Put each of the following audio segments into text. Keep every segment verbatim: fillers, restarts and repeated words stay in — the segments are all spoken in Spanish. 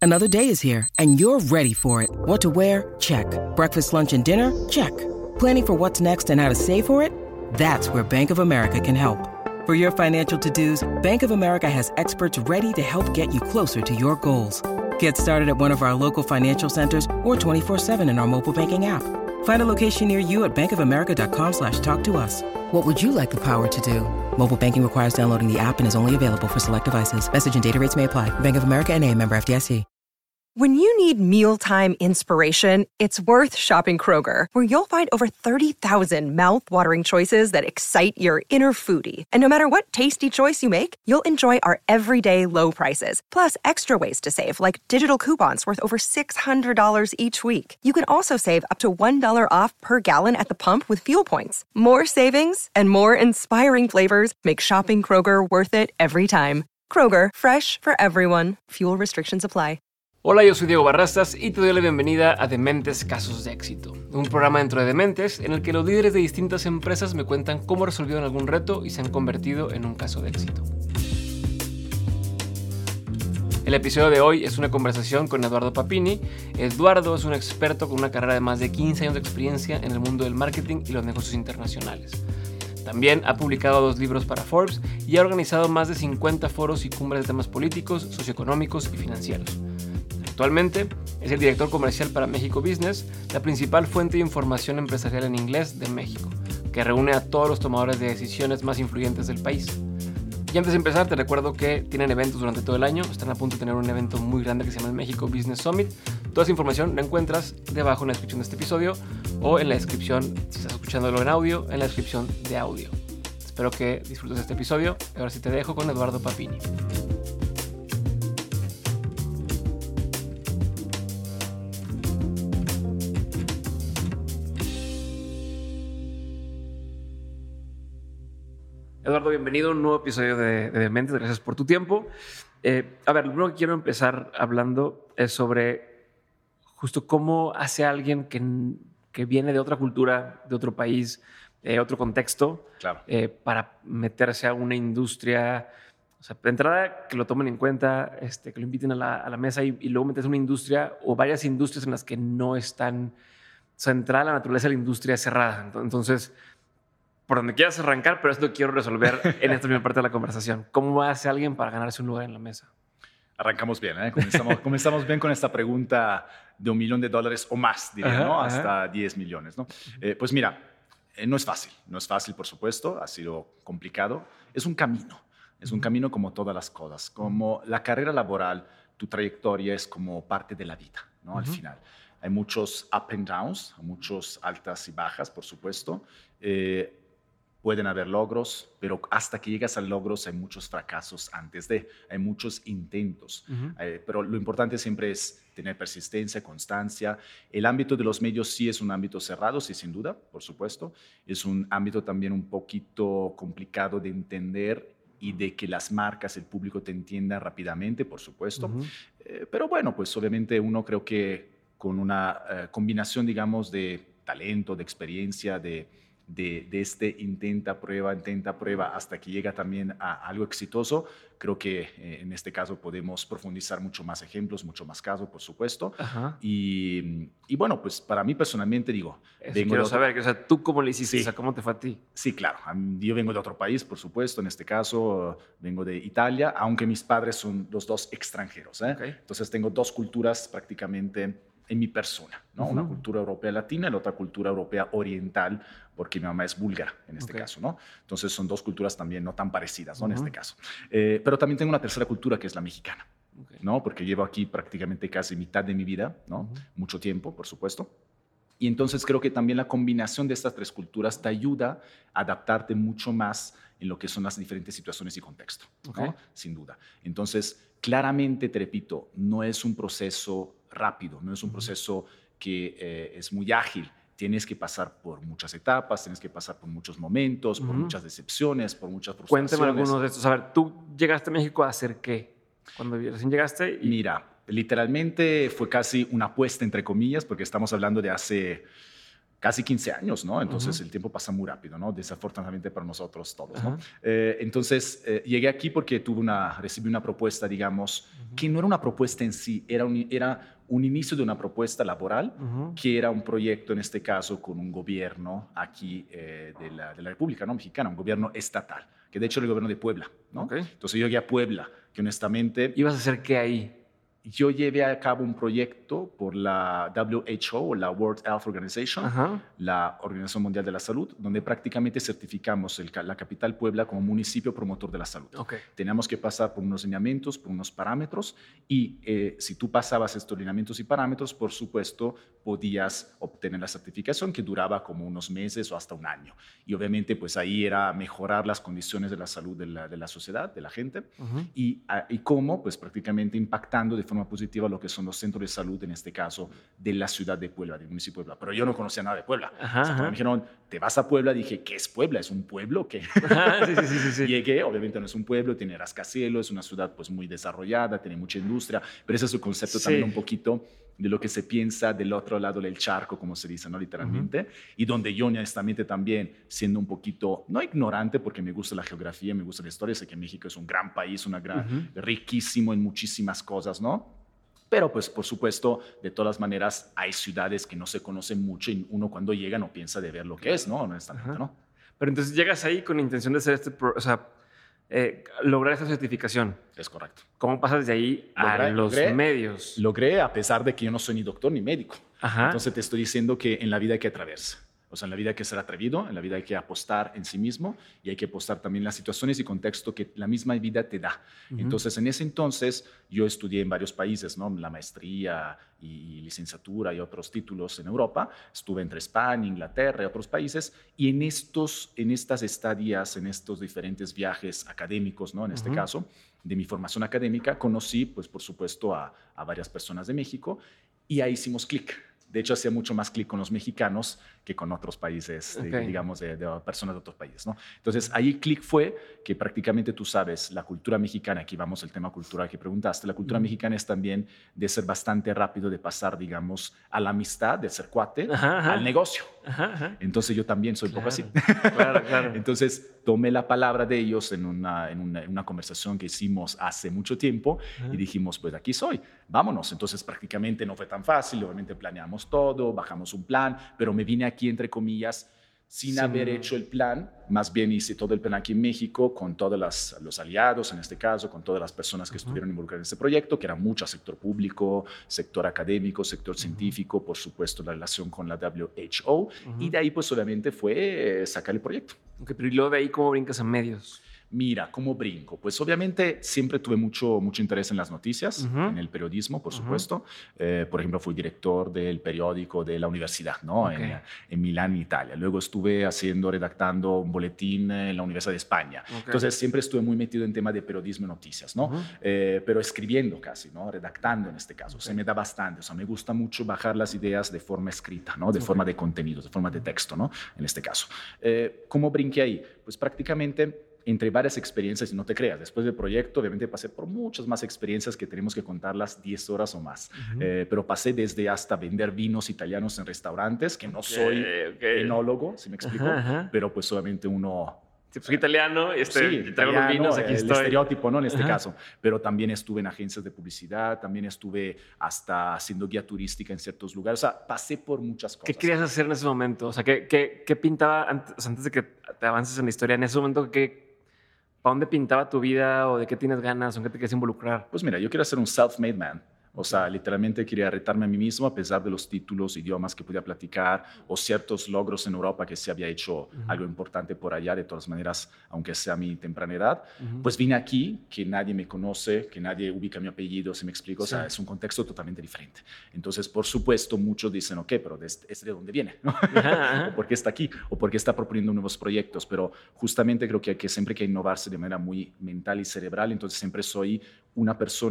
Another day is here, and you're ready for it. What to wear? Check. Breakfast, lunch, and dinner? Check. Planning for what's next and how to save for it? That's where Bank of America can help. For your financial to-dos, Bank of America has experts ready to help get you closer to your goals. Get started at one of our local financial centers or twenty-four seven in our mobile banking app. Find a location near you at bankofamerica.com slash talk to us. What would you like the power to do? Mobile banking requires downloading the app and is only available for select devices. Message and data rates may apply. Bank of America N A, member F D I C. When you need mealtime inspiration, it's worth shopping Kroger, where you'll find over thirty thousand mouth-watering choices that excite your inner foodie. And no matter what tasty choice you make, you'll enjoy our everyday low prices, plus extra ways to save, like digital coupons worth over six hundred dollars each week. You can also save up to one dollar off per gallon at the pump with fuel points. More savings and more inspiring flavors make shopping Kroger worth it every time. Kroger, fresh for everyone. Fuel restrictions apply. Hola, yo soy Diego Barrastas y te doy la bienvenida a Dementes Casos de Éxito, un programa dentro de Dementes en el que los líderes de distintas empresas me cuentan cómo resolvieron algún reto y se han convertido en un caso de éxito. El episodio de hoy es una conversación con Eduardo Papini. Eduardo es un experto con una carrera de más de quince años de experiencia en el mundo del marketing y los negocios internacionales. También ha publicado dos libros para Forbes y ha organizado más de cincuenta foros y cumbres de temas políticos, socioeconómicos y financieros. Actualmente es el director comercial para México Business, la principal fuente de información empresarial en inglés de México, que reúne a todos los tomadores de decisiones más influyentes del país. Y antes de empezar, te recuerdo que tienen eventos durante todo el año. Están a punto de tener un evento muy grande que se llama el México Business Summit. Toda esa información la encuentras debajo en la descripción de este episodio o en la descripción, si estás escuchándolo en audio, en la descripción de audio. Espero que disfrutes de este episodio. Ahora sí te dejo con Eduardo Papini. Eduardo, bienvenido a un nuevo episodio de, de Dementes. Gracias por tu tiempo. Eh, a ver, lo primero que quiero empezar hablando es sobre justo cómo hace alguien que, que viene de otra cultura, de otro país, de otro contexto, claro. eh, para meterse a una industria. O sea, de entrada, que lo tomen en cuenta, este, que lo inviten a la, a la mesa y, y luego meterse a una industria o varias industrias en las que no es tan central la naturaleza de la industria cerrada. Entonces, por donde quieras arrancar, pero esto quiero resolver en esta primera parte de la conversación. ¿Cómo hace alguien para ganarse un lugar en la mesa? Arrancamos bien, ¿eh? Comenzamos, comenzamos bien con esta pregunta de un millón de dólares o más, diría, Ajá, ¿no? ajá. Hasta diez millones, ¿no? Eh, pues mira, eh, no es fácil, no es fácil, por supuesto, ha sido complicado. Es un camino, es un camino como todas las cosas. Como la carrera laboral, tu trayectoria es como parte de la vida, ¿no? Al Uh-huh. final. Hay muchos up and downs, muchos altas y bajas, por supuesto. Eh, Pueden haber logros, pero hasta que llegas a logros hay muchos fracasos antes de, hay muchos intentos. Uh-huh. Eh, pero lo importante siempre es tener persistencia, constancia. El ámbito de los medios sí es un ámbito cerrado, sí, sin duda, por supuesto. Es un ámbito también un poquito complicado de entender y de que las marcas, el público te entienda rápidamente, por supuesto. Uh-huh. Eh, pero bueno, pues obviamente uno creo que con una eh, combinación, digamos, de talento, de experiencia, de De, de este intenta, prueba, intenta, prueba, hasta que llega también a algo exitoso. Creo que eh, en este caso podemos profundizar mucho más ejemplos, mucho más casos, por supuesto. Ajá. Y, y bueno, pues para mí personalmente digo... Eso vengo quiero de otro- saber. O sea, ¿tú cómo le hiciste? Sí. O sea, ¿cómo te fue a ti? Sí, claro. A mí- Yo vengo de otro país, por supuesto. En este caso, eh, vengo de Italia, aunque mis padres son los dos extranjeros, ¿eh? Okay. Entonces tengo dos culturas prácticamente en mi persona, ¿no? Uh-huh. Una cultura europea latina y la otra cultura europea oriental, porque mi mamá es búlgara en este Okay. caso, ¿no? Entonces son dos culturas también no tan parecidas, ¿no? Uh-huh. En este caso. Eh, pero también tengo una tercera cultura que es la mexicana, Okay. ¿no? Porque llevo aquí prácticamente casi mitad de mi vida, ¿no? Uh-huh. Mucho tiempo, por supuesto. Y entonces creo que también la combinación de estas tres culturas te ayuda a adaptarte mucho más en lo que son las diferentes situaciones y contextos, Okay. ¿no? Sin duda. Entonces, claramente, te repito, no es un proceso rápido, no es un proceso que eh, es muy ágil. Tienes que pasar por muchas etapas, tienes que pasar por muchos momentos, por Uh-huh. muchas decepciones, por muchas frustraciones. Cuéntame algunos de estos. A ver, ¿tú llegaste a México a hacer qué? Cuando recién llegaste y... Mira, literalmente fue casi una apuesta, entre comillas, porque estamos hablando de hace casi quince años, ¿no? Entonces uh-huh. el tiempo pasa muy rápido, ¿no? Desafortunadamente para nosotros todos, uh-huh. ¿no? Eh, entonces eh, llegué aquí porque tuve una, recibí una propuesta, digamos, uh-huh. que no era una propuesta en sí, era un, era un inicio de una propuesta laboral, uh-huh. que era un proyecto, en este caso, con un gobierno aquí eh, de, la, de la República, ¿no? Mexicana, un gobierno estatal, que de hecho era el gobierno de Puebla, ¿no? Okay. Entonces yo llegué a Puebla, que honestamente... ¿Ibas a hacer qué ahí? Yo llevé a cabo un proyecto por la W H O, o la World Health Organization, uh-huh. la Organización Mundial de la Salud, donde prácticamente certificamos el, la capital Puebla como municipio promotor de la salud. Okay. Teníamos que pasar por unos lineamientos, por unos parámetros, y eh, si tú pasabas estos lineamientos y parámetros, por supuesto, podías obtener la certificación, que duraba como unos meses o hasta un año. Y obviamente, pues ahí era mejorar las condiciones de la salud de la, de la sociedad, de la gente, uh-huh. y, y cómo, pues prácticamente impactando de forma positiva lo que son los centros de salud, en este caso, de la ciudad de Puebla, del municipio de Puebla. Pero yo no conocía nada de Puebla. Ajá, o sea, cuando me dijeron, ¿te vas a Puebla? Dije, ¿qué es Puebla? ¿Es un pueblo? ¿Qué? Ajá, sí, sí, sí, sí. Llegué, obviamente no es un pueblo, tiene rascacielos, es una ciudad pues muy desarrollada, tiene mucha industria, pero ese es el concepto sí. también un poquito de lo que se piensa del otro lado del charco, como se dice, ¿no? Literalmente. Uh-huh. Y donde yo, honestamente, también, siendo un poquito, no ignorante, porque me gusta la geografía, me gusta la historia, sé que México es un gran país, una gran, uh-huh. riquísimo en muchísimas cosas, ¿no? Pero, pues, por supuesto, de todas maneras, hay ciudades que no se conocen mucho y uno cuando llega no piensa de ver lo que es, ¿no? Honestamente, uh-huh. ¿no? Pero entonces llegas ahí con la intención de hacer este, pro, o sea, eh, lograr esta certificación. Es correcto. ¿Cómo pasas de ahí logré, a los logré, medios? Logré, a pesar de que yo no soy ni doctor ni médico. Ajá. Entonces te estoy diciendo que en la vida hay que atravesar. O sea, en la vida hay que ser atrevido, en la vida hay que apostar en sí mismo y hay que apostar también en las situaciones y contexto que la misma vida te da. Uh-huh. Entonces, en ese entonces, yo estudié en varios países, ¿no? La maestría y licenciatura y otros títulos en Europa. Estuve entre España, Inglaterra y otros países. Y en, estos, en estas estadías, en estos diferentes viajes académicos, ¿no? En este uh-huh. caso, de mi formación académica, conocí, pues, por supuesto, a, a varias personas de México y ahí hicimos clic. De hecho, hacía mucho más clic con los mexicanos que con otros países, okay. de, digamos, de, de personas de otros países, ¿no? Entonces, ahí clic fue que prácticamente tú sabes, la cultura mexicana, aquí vamos al tema cultural que preguntaste, la cultura mm. mexicana es también de ser bastante rápido, de pasar, digamos, a la amistad, de ser cuate, ajá, ajá. al negocio. Ajá, ajá. Entonces, yo también soy claro, un poco así. Claro, claro. Entonces, tomé la palabra de ellos en una, en una, en una conversación que hicimos hace mucho tiempo ajá. y dijimos, pues aquí soy, vámonos. Entonces, prácticamente no fue tan fácil, obviamente planeamos todo, bajamos un plan, pero me vine aquí, entre comillas, sin sí. haber hecho el plan. Más bien hice todo el plan aquí en México con todos las, los aliados, en este caso, con todas las personas que uh-huh. estuvieron involucradas en este proyecto, que era mucho sector público, sector académico, sector uh-huh. científico, por supuesto la relación con la W H O, uh-huh. y de ahí pues obviamente fue sacar el proyecto. Okay, pero ¿y luego de ahí cómo brincas a medios? Mira, ¿cómo brinco? Pues obviamente siempre tuve mucho, mucho interés en las noticias, uh-huh. en el periodismo, por uh-huh. supuesto. Eh, por ejemplo, fui director del periódico de la universidad, ¿no? Okay. En, en Milán, Italia. Luego estuve haciendo, redactando un boletín en la Universidad de España. Okay. Entonces siempre estuve muy metido en tema de periodismo y noticias, ¿no? Uh-huh. Eh, pero escribiendo casi, ¿no? Redactando en este caso. Okay. Se me da bastante. O sea, me gusta mucho bajar las ideas de forma escrita, ¿no? De okay. forma de contenidos, de forma de texto, ¿no? En este caso. Eh, ¿Cómo brinqué ahí? Pues prácticamente entre varias experiencias, y no te creas, después del proyecto obviamente pasé por muchas más experiencias que tenemos que contarlas diez horas o más, uh-huh. eh, pero pasé desde hasta vender vinos italianos en restaurantes, que no okay, soy okay. enólogo, si me explico, uh-huh, uh-huh. pero pues obviamente uno... Sí, pues italiano, este, sí, italiano, los vinos, aquí el estoy. estereotipo, ¿no? En este Ajá. caso. Pero también estuve en agencias de publicidad, también estuve hasta haciendo guía turística en ciertos lugares. O sea, pasé por muchas cosas. ¿Qué querías hacer en ese momento? O sea, ¿qué, qué, qué pintaba antes, antes de que te avances en la historia? En ese momento, ¿qué, ¿para dónde pintaba tu vida o de qué tienes ganas o en qué te quieres involucrar? Pues mira, yo quiero ser un self-made man. O sea, literalmente quería retarme a mí mismo a pesar de los títulos, idiomas que podía platicar o ciertos logros en Europa que se había hecho uh-huh. algo importante por allá, de todas maneras, aunque sea mi temprana edad. Uh-huh. Pues vine aquí, que nadie me conoce, que nadie ubica mi apellido, ¿se me explico? Sí. O sea, es un contexto totalmente diferente. Entonces, por supuesto, muchos dicen, ok, pero ¿de este, este de dónde viene? ¿No? Uh-huh. ¿O por qué está aquí? ¿O por qué está proponiendo nuevos proyectos? Pero justamente creo que, que siempre hay que innovarse de manera muy mental y cerebral. Entonces, siempre soy una persona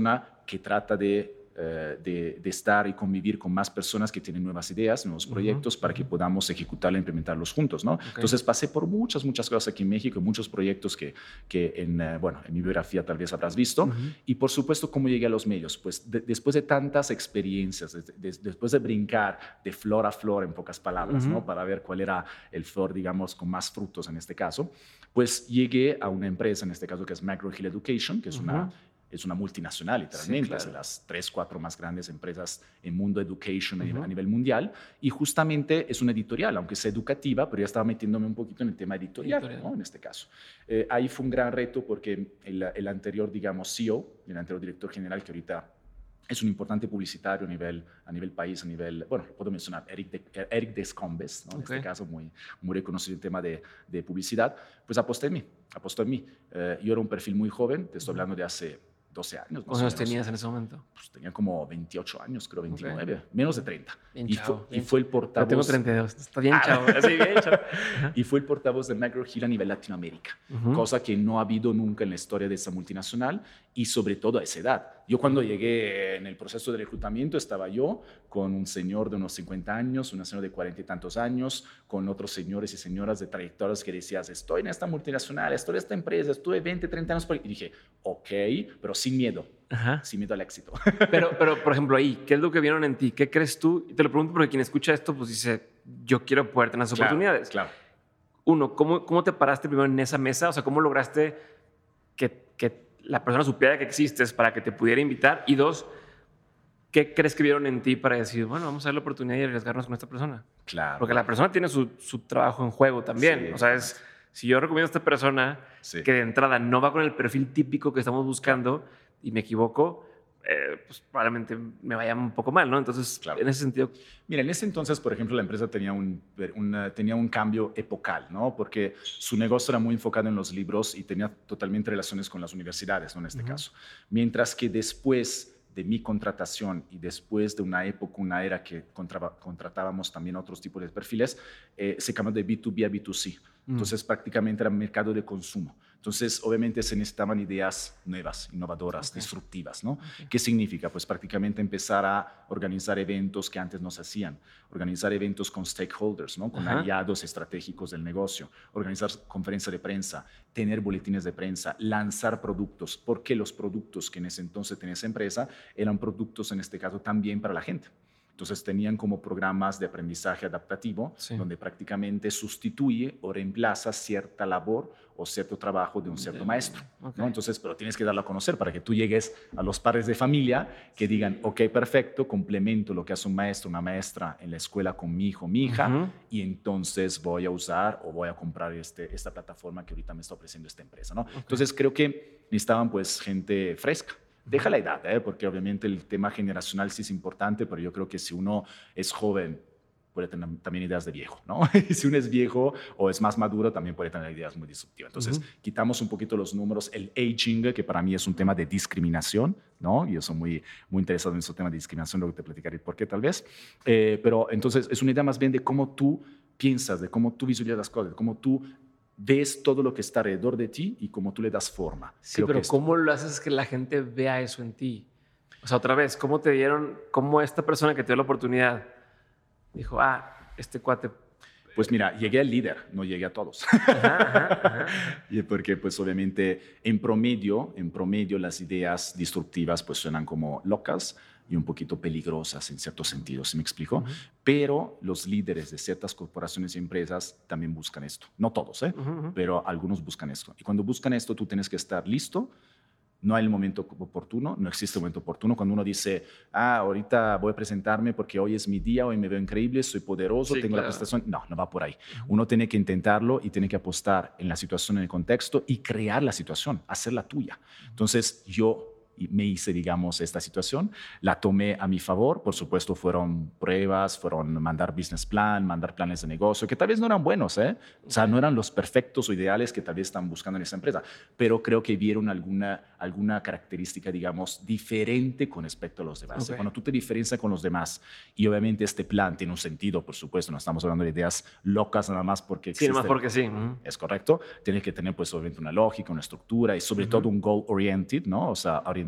que trata de De, de estar y convivir con más personas que tienen nuevas ideas, nuevos proyectos, uh-huh. para que podamos ejecutarla e implementarlos juntos, ¿no? Okay. Entonces pasé por muchas, muchas cosas aquí en México, muchos proyectos que, que en, uh, bueno, en mi biografía tal vez habrás visto. Uh-huh. Y por supuesto, ¿cómo llegué a los medios? Pues de, después de tantas experiencias, de, de, después de brincar de flor a flor, en pocas palabras, uh-huh. ¿no? Para ver cuál era el flor, digamos, con más frutos en este caso, pues llegué a una empresa, en este caso que es McGraw-Hill Education, que es uh-huh. una... Es una multinacional, literalmente, sí, claro. Es de las tres, cuatro más grandes empresas en mundo education uh-huh. a nivel mundial. Y justamente es una editorial, aunque sea educativa, pero ya estaba metiéndome un poquito en el tema editorial, editorial. ¿no? En este caso. Eh, ahí fue un gran reto porque el, el anterior, digamos, C E O, el anterior director general, que ahorita es un importante publicitario a nivel, a nivel país, a nivel, bueno, puedo mencionar Eric, de, Eric Descombes, ¿no? En okay. este caso muy, muy reconocido en el tema de, de publicidad, pues aposté en mí, apostó en mí. Eh, yo era un perfil muy joven, te estoy hablando de hace doce años. ¿Cuántos años tenías en ese momento? Pues tenía como veintiocho años, creo, veintinueve, okay. menos de treinta. Bien y, chavo, fue, bien y fue el portavoz... Yo tengo treinta y dos, está bien ah, chavo. Sí, bien chavo. Y fue el portavoz de McGraw-Hill a nivel Latinoamérica, uh-huh. cosa que no ha habido nunca en la historia de esa multinacional y sobre todo a esa edad. Yo cuando llegué en el proceso de reclutamiento estaba yo con un señor de unos cincuenta años, una señora de cuarenta y tantos años, con otros señores y señoras de trayectorias que decías, estoy en esta multinacional, estoy en esta empresa, estuve veinte, treinta años por ahí. Y dije, ok, pero sin miedo. Ajá. Sin miedo al éxito. Pero, pero, por ejemplo, ahí, ¿qué es lo que vieron en ti? ¿Qué crees tú? Y te lo pregunto porque quien escucha esto, pues dice, yo quiero poder tener esas claro, oportunidades. Claro. Uno, ¿cómo, ¿cómo te paraste primero en esa mesa? O sea, ¿cómo lograste que, que la persona supiera que existes para que te pudiera invitar? Y dos, ¿qué crees que vieron en ti para decir, bueno, vamos a dar la oportunidad y arriesgarnos con esta persona? Claro. Porque la persona tiene su, su trabajo en juego también. Sí, o sea, es, si yo recomiendo a esta persona sí. que de entrada no va con el perfil típico que estamos buscando y me equivoco, eh, pues probablemente me vaya un poco mal, ¿no? Entonces, claro. en ese sentido... Mira, en ese entonces, por ejemplo, la empresa tenía un, una, tenía un cambio epocal, ¿no? Porque su negocio era muy enfocado en los libros y tenía totalmente relaciones con las universidades, ¿no? En este uh-huh. caso. Mientras que después de mi contratación y después de una época, una era que contra, contratábamos también otros tipos de perfiles, eh, se cambió de B dos B a B dos C. Entonces, mm. prácticamente era mercado de consumo. Entonces, obviamente, se necesitaban ideas nuevas, innovadoras, okay. disruptivas, ¿no? Okay. ¿Qué significa? Pues prácticamente empezar a organizar eventos que antes no se hacían, organizar eventos con stakeholders, ¿no? Con Ajá. aliados estratégicos del negocio, organizar conferencias de prensa, tener boletines de prensa, lanzar productos, porque los productos que en ese entonces tenía esa empresa eran productos, en este caso, también para la gente. Entonces tenían como programas de aprendizaje adaptativo, sí. donde prácticamente sustituye o reemplaza cierta labor o cierto trabajo de un cierto maestro. Okay. ¿no? Entonces, pero tienes que darlo a conocer para que tú llegues a los padres de familia que digan, ok, perfecto, complemento lo que hace un maestro, una maestra en la escuela con mi hijo, mi hija, uh-huh. y entonces voy a usar o voy a comprar este, esta plataforma que ahorita me está ofreciendo esta empresa. ¿no? Okay. Entonces, creo que necesitaban pues gente fresca. Deja la edad, ¿eh? Porque obviamente el tema generacional sí es importante, pero yo creo que si uno es joven puede tener también ideas de viejo, ¿no? Y si uno es viejo o es más maduro, también puede tener ideas muy disruptivas. Entonces, uh-huh. quitamos un poquito los números, el aging, que para mí es un tema de discriminación, ¿no? Yo soy muy, muy interesado en ese tema de discriminación, luego te platicaré por qué tal vez. Eh, pero entonces es una idea más bien de cómo tú piensas, de cómo tú visualizas las cosas, de cómo tú ves todo lo que está alrededor de ti y cómo tú le das forma. Sí, Creo pero que ¿cómo lo haces que la gente vea eso en ti? O sea, otra vez, ¿cómo te dieron, cómo esta persona que te dio la oportunidad dijo, ah, este cuate? Pues mira, llegué al líder, no llegué a todos. Ajá, ajá, ajá. Y porque pues obviamente en promedio, en promedio las ideas disruptivas pues suenan como locas y un poquito peligrosas en ciertos sentidos, ¿sí me explico? Uh-huh. Pero los líderes de ciertas corporaciones y empresas también buscan esto. No todos, ¿eh? Uh-huh. Pero algunos buscan esto. Y cuando buscan esto, tú tienes que estar listo. No hay el momento oportuno, no existe el momento oportuno. Cuando uno dice, ah, ahorita voy a presentarme porque hoy es mi día, hoy me veo increíble, soy poderoso, sí, tengo claro. la prestación. No, no va por ahí. Uh-huh. Uno tiene que intentarlo y tiene que apostar en la situación, en el contexto y crear la situación, hacerla tuya. Entonces, yo me hice, digamos, esta situación, la tomé a mi favor. Por supuesto, fueron pruebas, fueron mandar business plan, mandar planes de negocio, que tal vez no eran buenos, ¿eh? O sea, no eran los perfectos o ideales que tal vez están buscando en esa empresa, pero creo que vieron alguna, alguna característica, digamos, diferente con respecto a los demás. Okay. Cuando tú te diferencias con los demás y obviamente este plan tiene un sentido, por supuesto, no estamos hablando de ideas locas nada más porque existe. Sí, nada más porque sí. Uh-huh. Es correcto. Tiene que tener, pues, obviamente una lógica, una estructura y sobre uh-huh. todo un goal-oriented, ¿no? O sea, orientado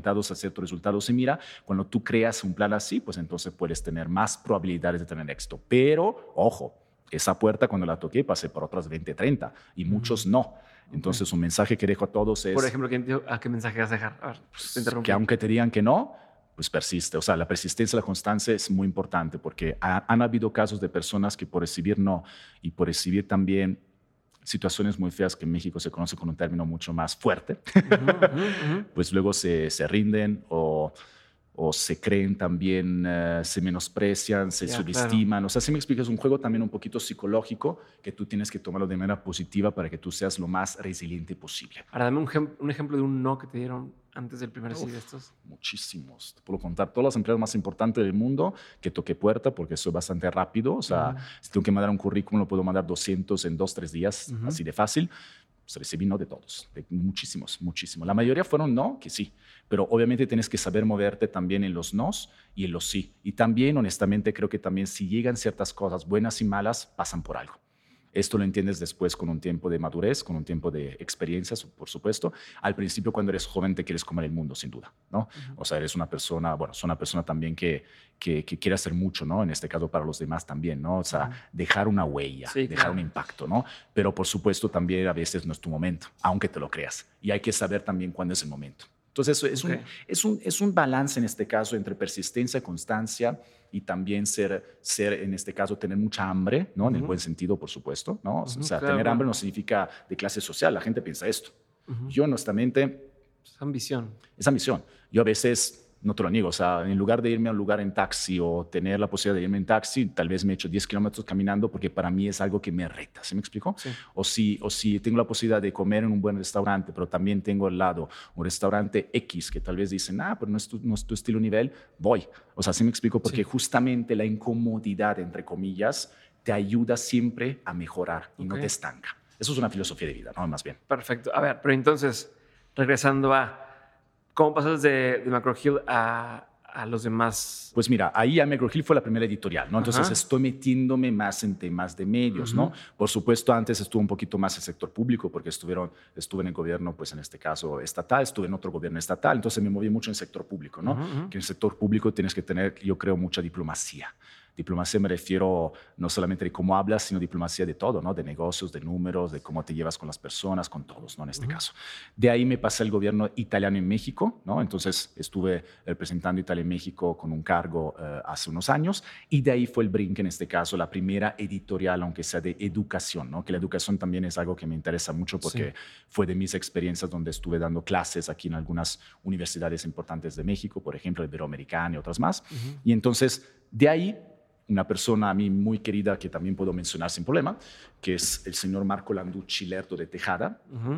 orientados a ciertos resultados. Y mira, cuando tú creas un plan así, pues entonces puedes tener más probabilidades de tener éxito. Pero, ojo, esa puerta cuando la toqué pasé por otras veinte, treinta y muchos no. Entonces, okay. un mensaje que dejo a todos es... Por ejemplo, ¿a qué mensaje vas a dejar? A ver, pues, te interrumpí. Que aunque te digan que no, pues persiste. O sea, la persistencia, la constancia es muy importante porque ha, han habido casos de personas que por recibir no y por recibir también situaciones muy feas que en México se conoce con un término mucho más fuerte, uh-huh, uh-huh, uh-huh. pues luego se, se rinden o... o se creen también, uh, se menosprecian, se yeah, subestiman. Claro. O sea, si me explico, es un juego también un poquito psicológico que tú tienes que tomarlo de manera positiva para que tú seas lo más resiliente posible. Ahora, dame un, ejem- un ejemplo de un no que te dieron antes del primer sí de estos. Muchísimos. Te puedo contar todas las empresas más importantes del mundo que toqué puerta porque soy bastante rápido. O sea, uh-huh. si tengo que mandar un currículum, lo puedo mandar doscientos en dos, tres días, uh-huh. así de fácil. Pues recibí no de todos, de muchísimos, muchísimos. La mayoría fueron no, que sí, pero obviamente tienes que saber moverte también en los nos y en los sí. Y también, honestamente, creo que también si llegan ciertas cosas buenas y malas, pasan por algo. Esto lo entiendes después con un tiempo de madurez, con un tiempo de experiencias, por supuesto. Al principio, cuando eres joven, te quieres comer el mundo, sin duda, ¿no? Uh-huh. O sea, eres una persona, bueno, soy una persona también que, que, que quiere hacer mucho, ¿no? En este caso, para los demás también, ¿no? O sea, uh-huh. dejar una huella, sí, dejar claro. un impacto, ¿no? Pero, por supuesto, también a veces no es tu momento, aunque te lo creas. Y hay que saber también cuándo es el momento. Entonces, es, okay. un, es, un, es un balance en este caso entre persistencia, constancia y también ser, ser en este caso, tener mucha hambre, ¿no? Uh-huh. En el buen sentido, por supuesto, ¿no? Uh-huh, o sea, claro. tener hambre no significa de clase social. La gente piensa esto. Uh-huh. Yo, honestamente... Es ambición. Es ambición. Yo a veces... No te lo niego, o sea, en lugar de irme a un lugar en taxi o tener la posibilidad de irme en taxi, tal vez me echo diez kilómetros caminando porque para mí es algo que me reta, ¿sí me explico? Sí. O, si, o si tengo la posibilidad de comer en un buen restaurante, pero también tengo al lado un restaurante X que tal vez dicen, ah, pero no es tu, no es tu estilo nivel, voy. O sea, ¿sí me explico? Porque sí. justamente la incomodidad, entre comillas, te ayuda siempre a mejorar y okay. no te estanca. Eso es una filosofía de vida, ¿no? Más bien. Perfecto. A ver, pero entonces, regresando a... ¿Cómo pasas de, de McGraw-Hill a, a los demás? Pues mira, ahí a McGraw-Hill fue la primera editorial, ¿no? Entonces Ajá. estoy metiéndome más en temas de medios, uh-huh. ¿no? Por supuesto, antes estuve un poquito más en el sector público porque estuvieron, estuve en el gobierno, pues en este caso estatal, estuve en otro gobierno estatal, entonces me moví mucho en el sector público, ¿no? Uh-huh. Que en el sector público tienes que tener, yo creo, mucha diplomacia. Diplomacia me refiero no solamente de cómo hablas, sino diplomacia de todo, ¿no? De negocios, de números, de cómo te llevas con las personas, con todos, ¿no? En este uh-huh. caso. De ahí me pasé al gobierno italiano en México, ¿no? Entonces estuve representando Italia en México con un cargo uh, hace unos años y de ahí fue el brinco, en este caso, la primera editorial, aunque sea de educación, ¿no? Que la educación también es algo que me interesa mucho porque sí. fue de mis experiencias donde estuve dando clases aquí en algunas universidades importantes de México, por ejemplo, el Iberoamericano y otras más. Uh-huh. Y entonces, de ahí... una persona a mí muy querida que también puedo mencionar sin problema, que es el señor Marco Landucci Lerdo de Tejada, uh-huh.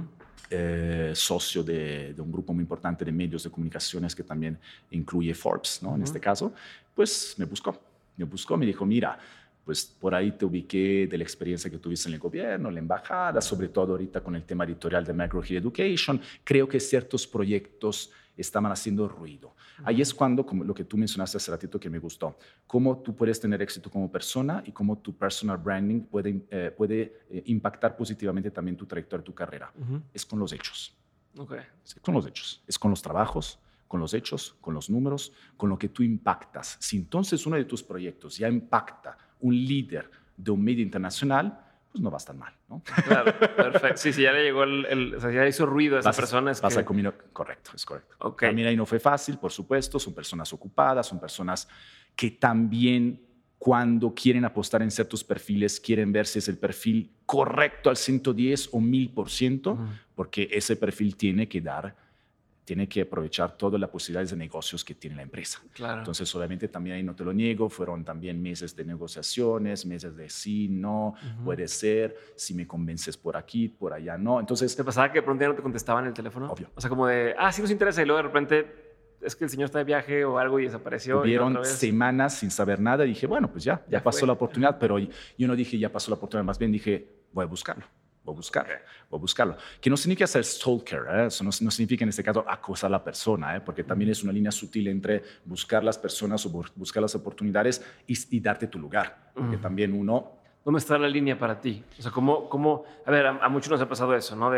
eh, socio de, de un grupo muy importante de medios de comunicaciones que también incluye Forbes, ¿no? Uh-huh. En este caso, pues me buscó, me buscó, me dijo, mira, pues por ahí te ubiqué de la experiencia que tuviste en el gobierno, en la embajada, sobre todo ahorita con el tema editorial de McGraw-Hill Education, creo que ciertos proyectos estaban haciendo ruido. Uh-huh. Ahí es cuando, como lo que tú mencionaste hace ratito que me gustó, cómo tú puedes tener éxito como persona y cómo tu personal branding puede, eh, puede eh, impactar positivamente también tu trayectoria, tu carrera. Uh-huh. Es con los hechos. Okay. Es con los hechos. Es con los trabajos, con los hechos, con los números, con lo que tú impactas. Si entonces uno de tus proyectos ya impacta un líder de un medio internacional, pues no va a estar mal, ¿no? Claro, perfecto. Sí, sí, ya le llegó el, el o sea, ya hizo ruido a esa vas, persona. Es vas que... a comino, correcto, es correcto. Okay. También ahí no fue fácil, por supuesto, son personas ocupadas, son personas que también cuando quieren apostar en ciertos perfiles, quieren ver si es el perfil correcto al ciento diez o mil por ciento, uh-huh. porque ese perfil tiene que dar tiene que aprovechar todas las posibilidades de negocios que tiene la empresa. Claro. Entonces, obviamente, también ahí no te lo niego, fueron también meses de negociaciones, meses de sí, no, uh-huh. puede ser, si me convences por aquí, por allá, no. Entonces, ¿te pasaba que de pronto ya no te contestaban el teléfono? Obvio. O sea, como de, ah, sí nos interesa, y luego de repente es que el señor está de viaje o algo y desapareció. Hubieron semanas sin saber nada y dije, bueno, pues ya, ya, ya pasó fue. la oportunidad, pero yo no dije, ya pasó la oportunidad, más bien dije, voy a buscarlo. Voy a buscarlo, okay. voy a buscarlo. Que no significa ser stalker, ¿eh? Eso no, no significa en este caso acosar a la persona, ¿eh? Porque también es una línea sutil entre buscar las personas o buscar las oportunidades y, y darte tu lugar. Porque uh-huh. también uno... ¿Dónde está la línea para ti? O sea, ¿cómo, cómo a ver, a, a muchos nos ha pasado eso, ¿no? De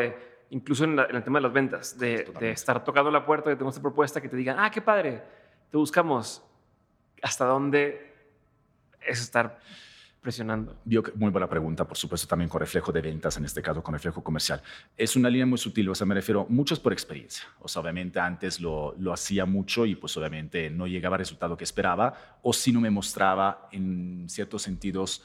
incluso en, la, en el tema de las ventas, de, de estar tocando la puerta, que tengo esta propuesta, que te digan, ah, qué padre, te buscamos. ¿Hasta dónde es estar presionando? Yo, muy buena pregunta, por supuesto, también con reflejo de ventas, en este caso con reflejo comercial. Es una línea muy sutil, o sea, me refiero, mucho es por experiencia. O sea, obviamente antes lo, lo hacía mucho y pues obviamente no llegaba al resultado que esperaba, o si no me mostraba en ciertos sentidos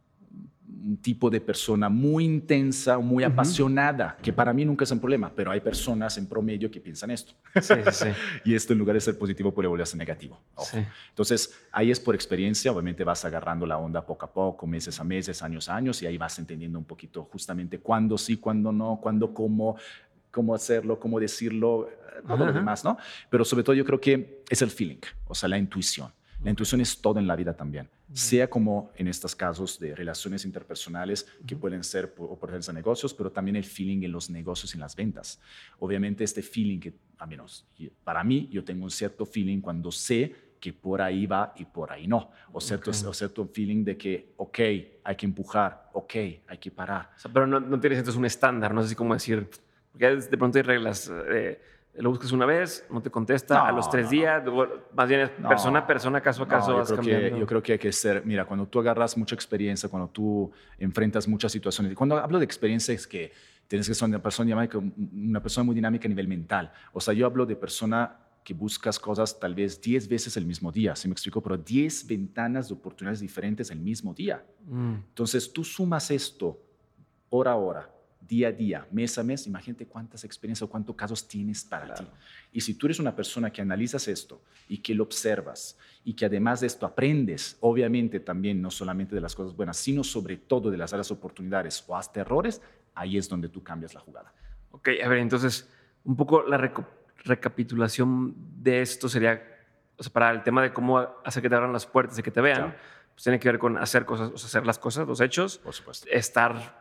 un tipo de persona muy intensa, muy uh-huh. apasionada, que para mí nunca es un problema, pero hay personas en promedio que piensan esto. Sí, sí, sí. Y esto en lugar de ser positivo puede volverse negativo. Sí. Entonces, ahí es por experiencia, obviamente vas agarrando la onda poco a poco, meses a meses, años a años, y ahí vas entendiendo un poquito justamente cuándo sí, cuándo no, cuándo cómo, cómo hacerlo, cómo decirlo, todo uh-huh. lo demás, ¿no? Pero sobre todo yo creo que es el feeling, o sea, la intuición. La intuición es todo en la vida también, uh-huh. sea como en estos casos de relaciones interpersonales uh-huh. que pueden ser oportunidades de negocios, pero también el feeling en los negocios y en las ventas. Obviamente este feeling que, a menos para mí, yo tengo un cierto feeling cuando sé que por ahí va y por ahí no. O cierto, okay. o cierto feeling de que, ok, hay que empujar, ok, hay que parar. O sea, pero no, no tienes entonces un estándar, no sé si cómo decir, porque de pronto hay reglas... Eh, lo buscas una vez, no te contesta, no, a los tres no, días, no. más bien es no, persona a persona, caso a caso, no, vas yo creo cambiando. Que, yo creo que hay que ser, mira, cuando tú agarras mucha experiencia, cuando tú enfrentas muchas situaciones, y cuando hablo de experiencia es que tienes que ser una persona, una persona muy dinámica a nivel mental. O sea, yo hablo de persona que buscas cosas tal vez diez veces el mismo día, ¿sí me explico? Pero diez ventanas de oportunidades diferentes el mismo día. Mm. Entonces, tú sumas esto hora a hora, día a día, mes a mes, imagínate cuántas experiencias o cuántos casos tienes para claro. ti. Y si tú eres una persona que analizas esto y que lo observas y que además de esto aprendes, obviamente también no solamente de las cosas buenas, sino sobre todo de las áreas oportunidades o hasta errores, ahí es donde tú cambias la jugada. Ok, a ver, entonces, un poco la reco- recapitulación de esto sería, o sea, para el tema de cómo hacer que te abran las puertas y que te vean, claro. pues tiene que ver con hacer cosas, o sea, hacer las cosas, los hechos, por supuesto. Estar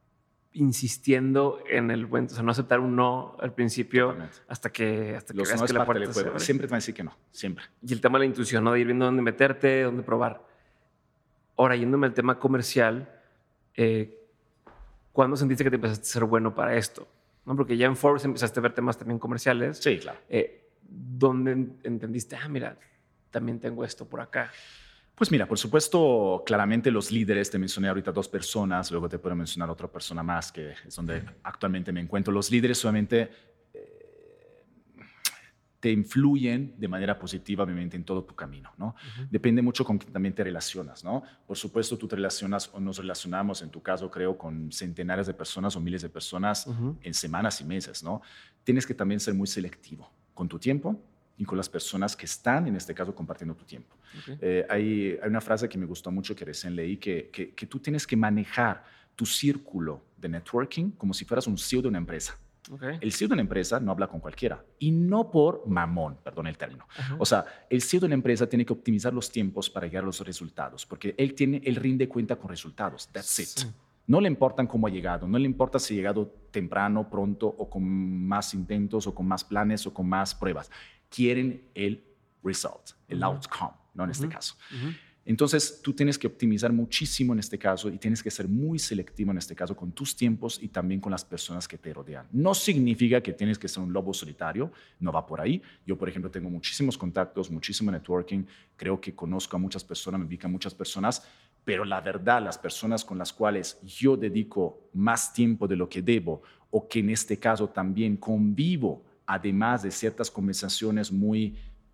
insistiendo en el buen, o sea, no aceptar un no al principio. Totalmente. hasta que hasta que Los veas no que la puerta se abre. Siempre te van a decir que no, siempre. Y el tema de la intuición, ¿no? De ir viendo dónde meterte, dónde probar. Ahora, yéndome al tema comercial, eh, ¿cuándo sentiste que te empezaste a ser bueno para esto? ¿No? Porque ya en Forbes empezaste a ver temas también comerciales. Sí, claro. Eh, ¿Dónde entendiste, ah, mira, también tengo esto por acá? Pues mira, por supuesto, claramente los líderes, te mencioné ahorita dos personas, luego te puedo mencionar otra persona más, que es donde actualmente me encuentro. Los líderes solamente eh, te influyen de manera positiva, obviamente, en todo tu camino, ¿no? Uh-huh. Depende mucho con quién también te relacionas, ¿no? Por supuesto, tú te relacionas o nos relacionamos, en tu caso, creo, con centenares de personas o miles de personas uh-huh. en semanas y meses, ¿no? Tienes que también ser muy selectivo con tu tiempo y con las personas que están, en este caso, compartiendo tu tiempo. Okay. Eh, hay, hay una frase que me gustó mucho que recién leí, que, que, que tú tienes que manejar tu círculo de networking como si fueras un C E O de una empresa. Okay. El C E O de una empresa no habla con cualquiera, y no por mamón, perdón el término. Uh-huh. O sea, el C E O de una empresa tiene que optimizar los tiempos para llegar a los resultados, porque él, tiene, él rinde cuenta con resultados. That's it. Sí. No le importan cómo ha llegado, no le importa si ha llegado temprano, pronto, o con más intentos, o con más planes, o con más pruebas. Quieren el result, el uh-huh. outcome, ¿no? En uh-huh. este caso. Uh-huh. Entonces, tú tienes que optimizar muchísimo en este caso y tienes que ser muy selectivo en este caso con tus tiempos y también con las personas que te rodean. No significa que tienes que ser un lobo solitario, no va por ahí. Yo, por ejemplo, tengo muchísimos contactos, muchísimo networking, creo que conozco a muchas personas, me ubican a muchas personas, pero la verdad, las personas con las cuales yo dedico más tiempo de lo que debo o que en este caso también convivo, además de ciertas conversaciones muy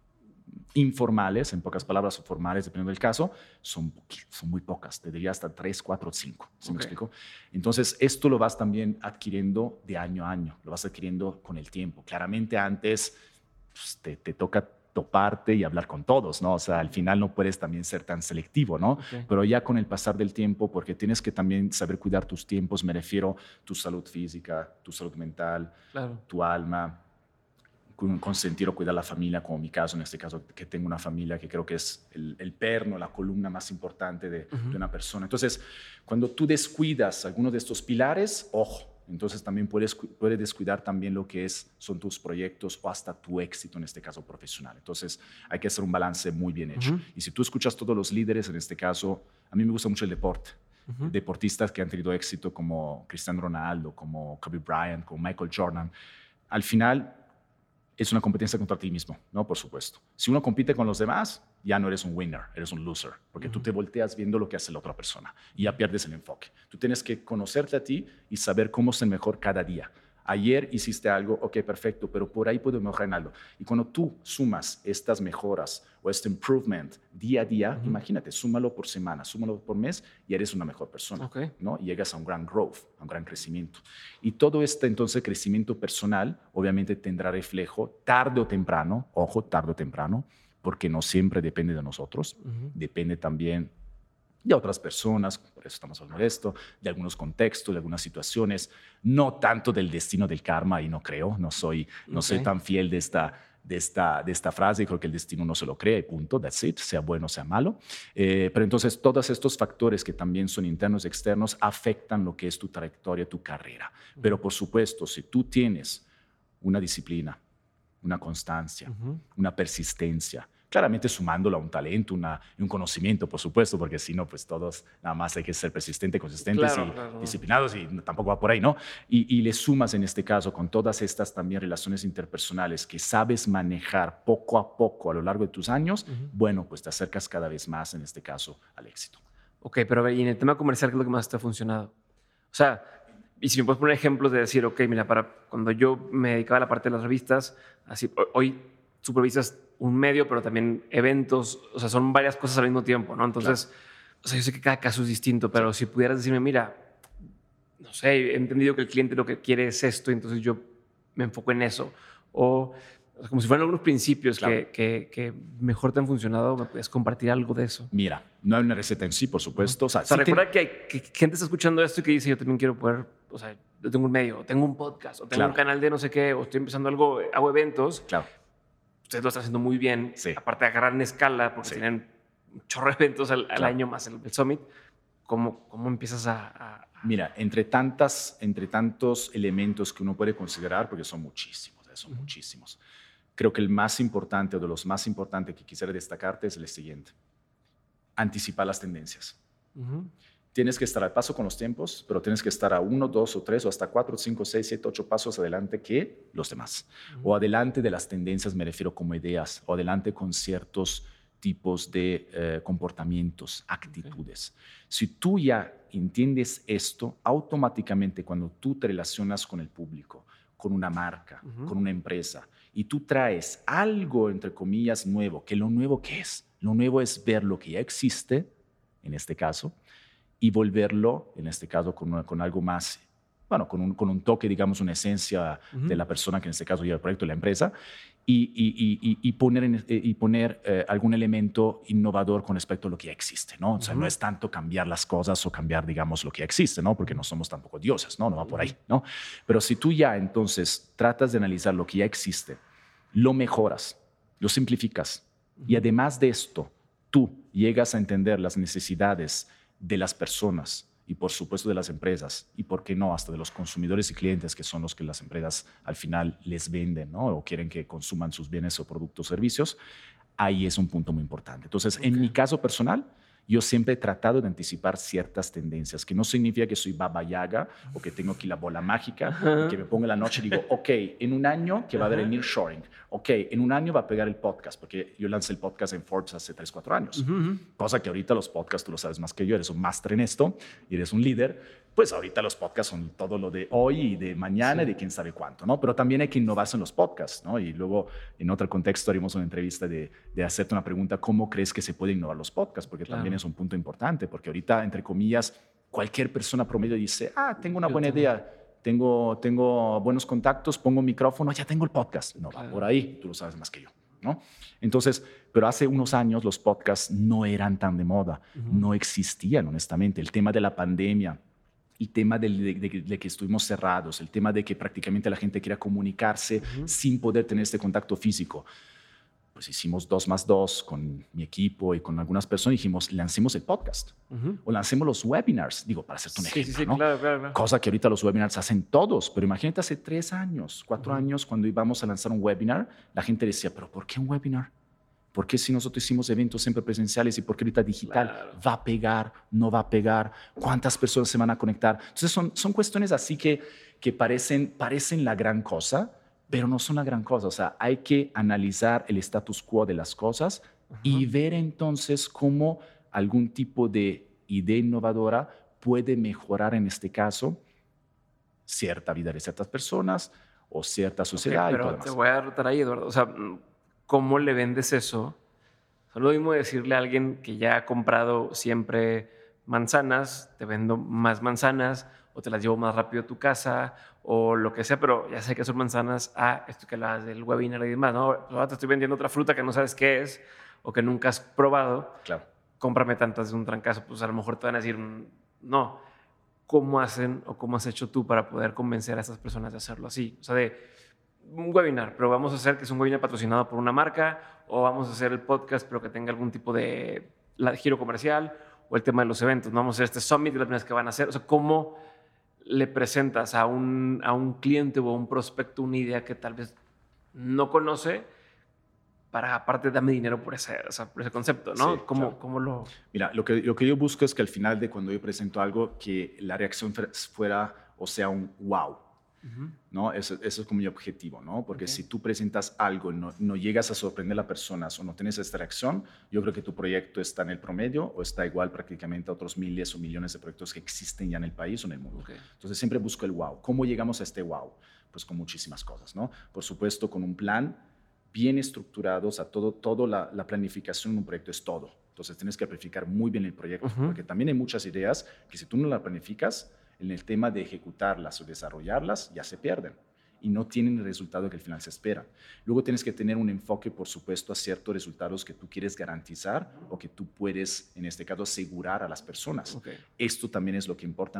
informales, en pocas palabras, o formales, dependiendo del caso, son, son muy pocas. Te diría hasta tres, cuatro, cinco. ¿Sí okay. me explico? Entonces, esto lo vas también adquiriendo de año a año, lo vas adquiriendo con el tiempo. Claramente antes pues, te, te toca toparte y hablar con todos, ¿no? O sea, al final no puedes también ser tan selectivo, ¿no? Okay. Pero ya con el pasar del tiempo, porque tienes que también saber cuidar tus tiempos, me refiero a tu salud física, tu salud mental, claro. tu alma, consentir o cuidar la familia, como mi caso, en este caso, que tengo una familia que creo que es el, el perno, la columna más importante de, uh-huh. de una persona. Entonces, cuando tú descuidas alguno de estos pilares, ojo, Entonces también puedes, puedes descuidar también lo que es, son tus proyectos o hasta tu éxito, en este caso profesional. Entonces hay que hacer un balance muy bien hecho. Uh-huh. Y si tú escuchas todos los líderes, en este caso, a mí me gusta mucho el deporte. Uh-huh. Deportistas que han tenido éxito como Cristiano Ronaldo, como Kobe Bryant, como Michael Jordan. Al final es una competencia contra ti mismo, ¿no? Por supuesto. Si uno compite con los demás, ya no eres un winner, eres un loser, porque uh-huh. tú te volteas viendo lo que hace la otra persona y ya pierdes el enfoque. Tú tienes que conocerte a ti y saber cómo ser mejor cada día. Ayer hiciste algo, ok, perfecto, pero por ahí puedo mejorar en algo. Y cuando tú sumas estas mejoras o este improvement día a día, uh-huh. imagínate, súmalo por semana, súmalo por mes y eres una mejor persona, okay. ¿no? Y llegas a un gran growth, a un gran crecimiento. Y todo este, entonces, crecimiento personal, obviamente tendrá reflejo tarde o temprano, ojo, tarde o temprano, porque no siempre depende de nosotros, uh-huh. depende también de otras personas, por eso estamos hablando de esto, de algunos contextos, de algunas situaciones, no tanto del destino del karma, y no creo, no soy, no okay. soy tan fiel de esta, de, esta, de esta frase, creo que el destino no se lo cree, punto, that's it, sea bueno, sea malo. Eh, pero entonces todos estos factores que también son internos y externos afectan lo que es tu trayectoria, tu carrera. Pero por supuesto, si tú tienes una disciplina, una constancia, uh-huh. una persistencia, claramente sumándolo a un talento, una, un conocimiento, por supuesto, porque si no, pues todos nada más hay que ser persistentes, consistentes claro, y claro. disciplinados y tampoco va por ahí, ¿no? Y, y le sumas en este caso con todas estas también relaciones interpersonales que sabes manejar poco a poco a lo largo de tus años, uh-huh. bueno, pues te acercas cada vez más, en este caso, al éxito. Ok, pero a ver, y en el tema comercial, ¿qué es lo que más te ha funcionado? O sea, y si me puedes poner ejemplos de decir, ok, mira, para cuando yo me dedicaba a la parte de las revistas, así, hoy supervisas un medio, pero también eventos, o sea, son varias cosas al mismo tiempo, ¿no? Entonces, claro. o sea, yo sé que cada caso es distinto, pero sí. si pudieras decirme, mira, no sé, he entendido que el cliente lo que quiere es esto, entonces yo me enfoco en eso. O, o sea, como si fueran algunos principios claro. que, que, que mejor te han funcionado, ¿me puedes compartir algo de eso? Mira, no hay una receta en sí, por supuesto. Uh-huh. O sea, o sea sí recuerda te... que, hay, que gente está escuchando esto y que dice, yo también quiero poder, o sea, yo tengo un medio, o tengo un podcast, o tengo claro. un canal de no sé qué, o estoy empezando algo, hago eventos. Claro. Ustedes lo están haciendo muy bien, sí. aparte de agarrar en escala, porque sí. tienen un chorro de eventos al, al claro. año más el, el Summit. ¿Cómo, cómo empiezas a, a, a...? Mira, entre, tantas, entre tantos elementos que uno puede considerar, porque son muchísimos, son uh-huh. muchísimos, creo que el más importante o de los más importantes que quisiera destacarte es el siguiente. Anticipar las tendencias. Uh-huh. Tienes que estar al paso con los tiempos, pero tienes que estar a uno, dos o tres o hasta cuatro, cinco, seis, siete, ocho pasos adelante que los demás. Uh-huh. O adelante de las tendencias, me refiero como ideas, o adelante con ciertos tipos de eh, comportamientos, actitudes. Okay. Si tú ya entiendes esto, automáticamente cuando tú te relacionas con el público, con una marca, uh-huh. con una empresa, y tú traes algo, entre comillas, nuevo, que lo nuevo ¿qué es? Lo nuevo es ver lo que ya existe, en este caso, y volverlo, en este caso, con, una, con algo más, bueno, con un, con un toque, digamos, una esencia uh-huh. de la persona que en este caso lleva el proyecto, la empresa, y, y, y, y poner, en, y poner eh, algún elemento innovador con respecto a lo que ya existe, ¿no? O sea, uh-huh. no es tanto cambiar las cosas o cambiar, digamos, lo que ya existe, ¿no? Porque no somos tampoco dioses, ¿no? No va por ahí, ¿no? Pero si tú ya, entonces, tratas de analizar lo que ya existe, lo mejoras, lo simplificas, uh-huh. y además de esto, tú llegas a entender las necesidades de las personas y por supuesto de las empresas y por qué no hasta de los consumidores y clientes que son los que las empresas al final les venden, ¿no? O quieren que consuman sus bienes o productos o servicios, ahí es un punto muy importante. Entonces, okay. en mi caso personal, yo siempre he tratado de anticipar ciertas tendencias, que no significa que soy Baba Yaga o que tengo aquí la bola mágica uh-huh. y que me pongo en la noche y digo, ok, en un año que va uh-huh. a haber el nearshoring, ok, en un año va a pegar el podcast, porque yo lancé el podcast en Forbes hace tres, cuatro años, uh-huh. cosa que ahorita los podcasts, tú lo sabes más que yo, eres un máster en esto y eres un líder, pues ahorita los podcasts son todo lo de hoy y de mañana sí. y de quién sabe cuánto, ¿no? Pero también hay que innovarse en los podcasts, ¿no? Y luego en otro contexto haremos una entrevista de, de hacerte una pregunta, ¿cómo crees que se puede innovar los podcasts? Porque claro. también es un punto importante, porque ahorita, entre comillas, cualquier persona promedio dice, ah, tengo una buena idea, tengo, tengo buenos contactos, pongo un micrófono, ya tengo el podcast. No, claro. va por ahí, tú lo sabes más que yo, ¿no? Entonces, pero hace unos años los podcasts no eran tan de moda, uh-huh. no existían, honestamente. El tema de la pandemia, el tema de, de, de, de que estuvimos cerrados, el tema de que prácticamente la gente quería comunicarse uh-huh. sin poder tener este contacto físico. pues hicimos dos más dos con mi equipo y con algunas personas y dijimos, lancemos el podcast uh-huh. o lancemos los webinars, digo, para hacerte un sí, ejemplo, sí, sí, ¿no? Claro, claro, claro. Cosa que ahorita los webinars hacen todos, pero imagínate hace tres años, cuatro uh-huh. años, cuando íbamos a lanzar un webinar, la gente decía, pero ¿por qué un webinar? ¿Por qué si nosotros hicimos eventos siempre presenciales y por qué ahorita digital? Claro. ¿Va a pegar? ¿No va a pegar? ¿Cuántas personas se van a conectar? Entonces son, son cuestiones así que, que parecen, parecen la gran cosa, pero no son la gran cosa. O sea, hay que analizar el status quo de las cosas uh-huh. y ver entonces cómo algún tipo de idea innovadora puede mejorar, en este caso, cierta vida de ciertas personas o cierta sociedad. Okay, pero y todo demás. Te voy a rotar ahí, Eduardo. O sea, ¿cómo le vendes eso? O sea, lo mismo decirle a alguien que ya ha comprado siempre manzanas, te vendo más manzanas, o te las llevo más rápido a tu casa, o lo que sea, pero ya sé que son manzanas, ah, esto que hablas del webinar y demás, ¿no? Ahora te estoy vendiendo otra fruta que no sabes qué es, o que nunca has probado. Claro. Cómprame tantas de un trancazo, pues a lo mejor te van a decir, no. ¿Cómo hacen o cómo has hecho tú para poder convencer a esas personas de hacerlo así? O sea, de un webinar, pero vamos a hacer que es un webinar patrocinado por una marca, o vamos a hacer el podcast, pero que tenga algún tipo de giro comercial, o el tema de los eventos, ¿no? Vamos a hacer este summit de las primeras que van a hacer. O sea, ¿cómo le presentas a un, a un cliente o a un prospecto una idea que tal vez no conoce para, aparte, dame dinero por ese, o sea, por ese concepto, ¿no? Sí, ¿Cómo, claro. ¿Cómo lo...? Mira, lo que, lo que yo busco es que al final de cuando yo presento algo, que la reacción fuera, o sea, un wow. Uh-huh. ¿No? Eso, eso es como mi objetivo, ¿no? Porque okay. si tú presentas algo y no, no llegas a sorprender a las personas o no tienes esta reacción, yo creo que tu proyecto está en el promedio o está igual prácticamente a otros miles o millones de proyectos que existen ya en el país o en el mundo. Okay. Entonces siempre busco el wow. ¿Cómo llegamos a este wow? Pues con muchísimas cosas, ¿no? Por supuesto, con un plan bien estruturado, o sea, todo, todo la, la planificación en un proyecto es todo. Entonces tienes que planificar muy bien el proyecto, uh-huh. porque también hay muchas ideas que si tú no las planificas, en el tema de ejecutarlas o desarrollarlas, ya se pierden y no tienen el resultado que al final se espera. Luego tienes que tener un enfoque, por supuesto, a ciertos resultados que tú quieres garantizar o que tú puedes, en este caso, asegurar a las personas. Okay. Esto también es lo que importa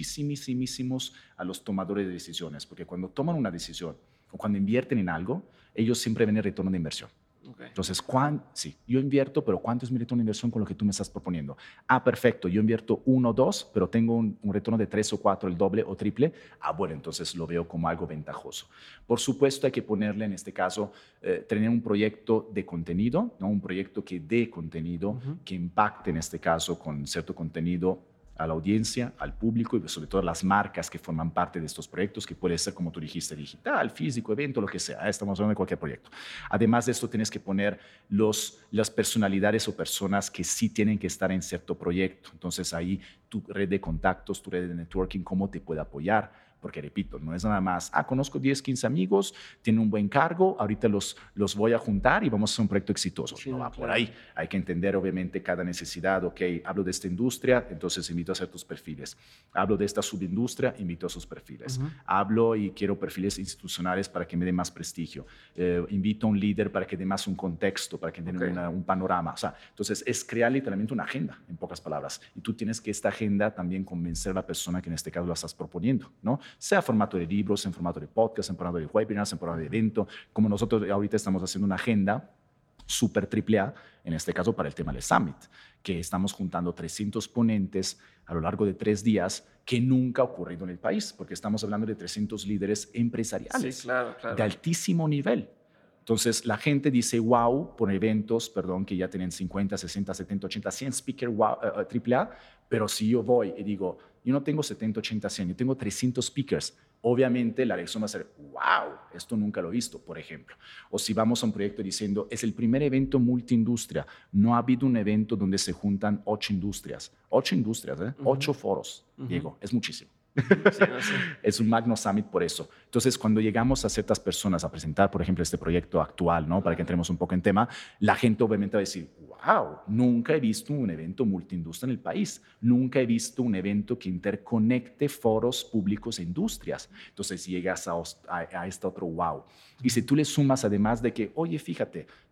muchísimos a los tomadores de decisiones, porque cuando toman una decisión o cuando invierten en algo, ellos siempre ven el retorno de inversión. Okay. Entonces, ¿cuán, sí, yo invierto, pero ¿cuánto es mi retorno de inversión con lo que tú me estás proponiendo? Ah, perfecto, yo invierto uno, dos, pero tengo un, un retorno de tres o cuatro, el doble o triple. Ah, bueno, entonces lo veo como algo ventajoso. Por supuesto, hay que ponerle, en este caso, eh, tener un proyecto de contenido, ¿no? Un proyecto que dé contenido, uh-huh. que impacte, en este caso, con cierto contenido a la audiencia, al público y sobre todo a las marcas que forman parte de estos proyectos, que puede ser, como tú dijiste, digital, físico, evento, lo que sea. Estamos hablando de cualquier proyecto. Además de esto, tienes que poner los, las personalidades o personas que sí tienen que estar en cierto proyecto. Entonces, ahí tu red de contactos, tu red de networking, cómo te puede apoyar. Porque, repito, no es nada más, ah, conozco diez, quince amigos, tienen un buen cargo, ahorita los, los voy a juntar y vamos a hacer un proyecto exitoso. Sí, no va claro. por ahí. Hay que entender, obviamente, cada necesidad. Ok, hablo de esta industria, entonces invito a hacer tus perfiles. Hablo de esta subindustria, invito a sus perfiles. Uh-huh. Hablo y quiero perfiles institucionales para que me dé más prestigio. Eh, invito a un líder para que dé más un contexto, para que dé okay. una, un panorama. O sea, entonces, es crear literalmente una agenda, en pocas palabras. Y tú tienes que esta agenda también convencer a la persona que en este caso la estás proponiendo, ¿no? Sea formato de libros, en formato de podcast, en formato de webinars, en formato de evento, como nosotros ahorita estamos haciendo una agenda súper triple A, en este caso para el tema del Summit, que estamos juntando trescientos ponentes a lo largo de tres días que nunca ha ocurrido en el país, porque estamos hablando de trescientos líderes empresariales sí, claro, claro. de altísimo nivel. Entonces, la gente dice wow por eventos, perdón, que ya tienen cincuenta, sesenta, setenta, ochenta, cien speakers wow, uh, triple A, pero si yo voy y digo, yo no tengo setenta, ochenta, cien, yo tengo trescientos speakers, obviamente la reacción va a ser, wow, esto nunca lo he visto, por ejemplo. O si vamos a un proyecto diciendo, es el primer evento multiindustria, no ha habido un evento donde se juntan ocho industrias, ocho industrias, ¿eh? uh-huh. ocho foros, uh-huh. Diego, es muchísimo. Sí, no sé. Es un Magno Summit por eso. Entonces, cuando llegamos a ciertas personas a presentar, por ejemplo, este proyecto actual, ¿no? Para que entremos un poco en tema, la gente obviamente va a decir, wow, nunca he visto un evento multiindustria en el país, nunca he visto un evento que interconecte foros públicos e industrias. Entonces, llegas a, a, a este otro wow. Y si tú le sumas, además de que, oye, fíjate,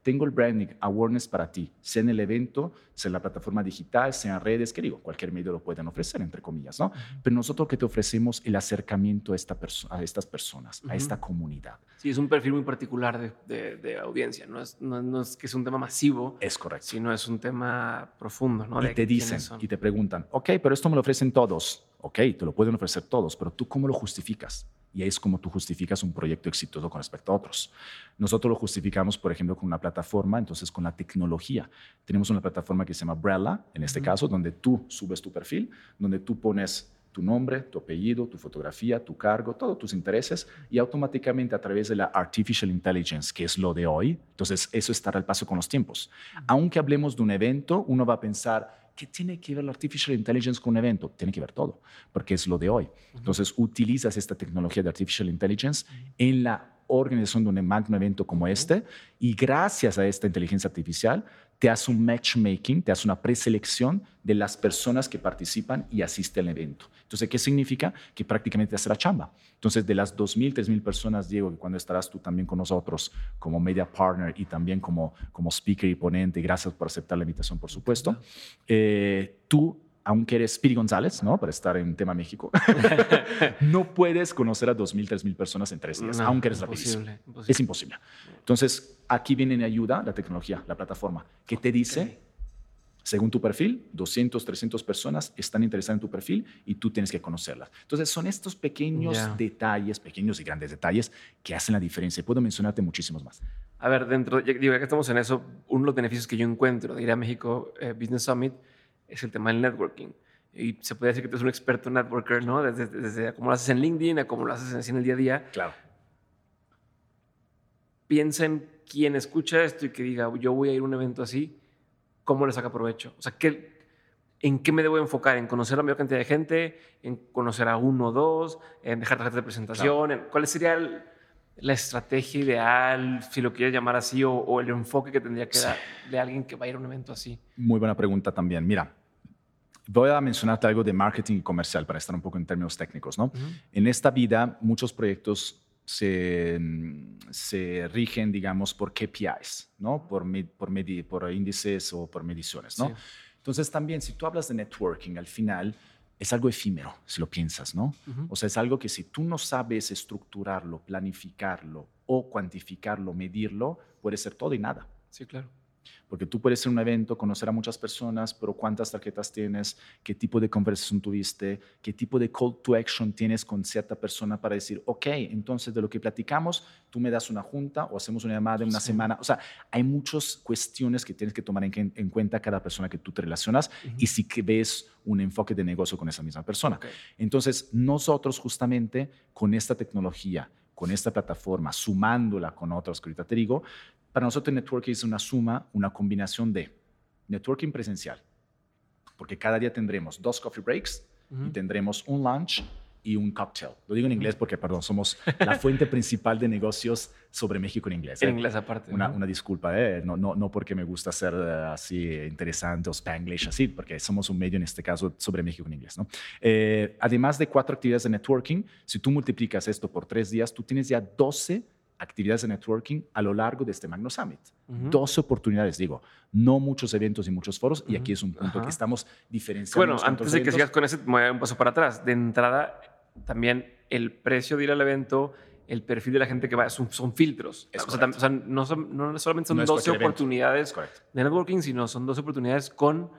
tengo el branding, awareness para ti, sea en el evento, sea en la plataforma digital, sea en redes, que digo, cualquier medio lo pueden ofrecer, entre comillas, ¿no? Uh-huh. Pero nosotros que te ofrecemos el acercamiento a, esta perso- a estas personas, uh-huh. a esta comunidad. Sí, es un perfil muy particular de, de, de audiencia, no es, no, no es que es un tema masivo. Es correcto. Sino es un tema profundo, ¿no? Y de te dicen, y te preguntan, ok, pero esto me lo ofrecen todos. Ok, te lo pueden ofrecer todos, pero ¿tú cómo lo justificas? Y ahí es como tú justificas un proyecto exitoso con respecto a otros. Nosotros lo justificamos, por ejemplo, con una plataforma, entonces con la tecnología. Tenemos una plataforma que se llama Brella, en este uh-huh. caso, donde tú subes tu perfil, donde tú pones tu nombre, tu apellido, tu fotografía, tu cargo, todos tus intereses, y automáticamente a través de la Artificial Intelligence, que es lo de hoy, entonces eso estará al paso con los tiempos. Uh-huh. Aunque hablemos de un evento, uno va a pensar, ¿qué tiene que ver la Artificial Intelligence con un evento? Tiene que ver todo, porque es lo de hoy. Uh-huh. Entonces, utilizas esta tecnología de Artificial Intelligence uh-huh. en la organización de un magno evento como este, uh-huh. y gracias a esta inteligencia artificial, te hace un matchmaking, te hace una preselección de las personas que participan y asisten al evento. Entonces, ¿qué significa? Que prácticamente te hace la chamba. Entonces, de las dos mil, tres mil personas, Diego, que cuando estarás tú también con nosotros como media partner y también como, como speaker y ponente, gracias por aceptar la invitación, por supuesto, eh, tú, aunque eres Piri González, ¿no? Para estar en tema México, no puedes conocer a dos mil, tres mil personas en tres días, no, aunque eres rapidísimo. Imposible. Es imposible. Entonces, aquí viene en ayuda la tecnología, la plataforma, que te dice, okay. según tu perfil, doscientas, trescientas personas están interesadas en tu perfil y tú tienes que conocerlas. Entonces, son estos pequeños yeah. detalles, pequeños y grandes detalles que hacen la diferencia. Y puedo mencionarte muchísimos más. A ver, dentro, ya, digo, ya que estamos en eso, uno de los beneficios que yo encuentro de ir a México eh, Business Summit es el tema del networking. Y se puede decir que tú eres un experto networker, ¿no? Desde, desde cómo lo haces en LinkedIn a cómo lo haces así en el día a día. Claro. Piensa en quien escucha esto y que diga, yo voy a ir a un evento así, ¿cómo le saca provecho? O sea, ¿qué, ¿en qué me debo enfocar? ¿En conocer a la mayor cantidad de gente? ¿En conocer a uno o dos? ¿En dejar tarjetas de presentación? Claro. ¿Cuál sería el, la estrategia ideal, si lo quieres llamar así, o, o el enfoque que tendría que sí. dar de alguien que va a ir a un evento así? Muy buena pregunta también. Mira, voy a mencionarte algo de marketing y comercial para estar un poco en términos técnicos, ¿no? Uh-huh. En esta vida, muchos proyectos se, se rigen, digamos, por K P Is, ¿no? Por, med, por, medi, por índices o por mediciones, ¿no? Sí. Entonces, también, si tú hablas de networking, al final es algo efímero, si lo piensas, ¿no? Uh-huh. O sea, es algo que si tú no sabes estructurarlo, planificarlo o cuantificarlo, medirlo, puede ser todo y nada. Sí, claro. Porque tú puedes ir a un evento, conocer a muchas personas, pero ¿cuántas tarjetas tienes? ¿Qué tipo de conversación tuviste? ¿Qué tipo de call to action tienes con cierta persona para decir, ok, entonces de lo que platicamos, tú me das una junta o hacemos una llamada en una sí. semana? O sea, hay muchas cuestiones que tienes que tomar en, en cuenta cada persona que tú te relacionas uh-huh. y si que ves un enfoque de negocio con esa misma persona. Okay. Entonces, nosotros justamente con esta tecnología, con esta plataforma, sumándola con otras que ahorita te digo, para nosotros networking es una suma, una combinación de networking presencial, porque cada día tendremos dos coffee breaks uh-huh. y tendremos un lunch y un cocktail. Lo digo en inglés porque, perdón, somos la fuente principal de negocios sobre México en inglés. ¿eh? En inglés aparte. Una, una disculpa, ¿eh? no, no, no porque me gusta ser uh, así interesante o spanglish, así, porque somos un medio en este caso sobre México en inglés, ¿no? Eh, además de cuatro actividades de networking, si tú multiplicas esto por tres días, tú tienes ya doce actividades de networking a lo largo de este Magno Summit. Uh-huh. doce oportunidades, digo, no muchos eventos y muchos foros, uh-huh. y aquí es un punto uh-huh. que estamos diferenciando. Bueno, antes de que eventos. sigas con ese, me voy a un paso para atrás. De entrada, también el precio de ir al evento, el perfil de la gente que va, son, son filtros. O sea, o sea, no, son, no solamente son no doce oportunidades de networking, sino son doce oportunidades con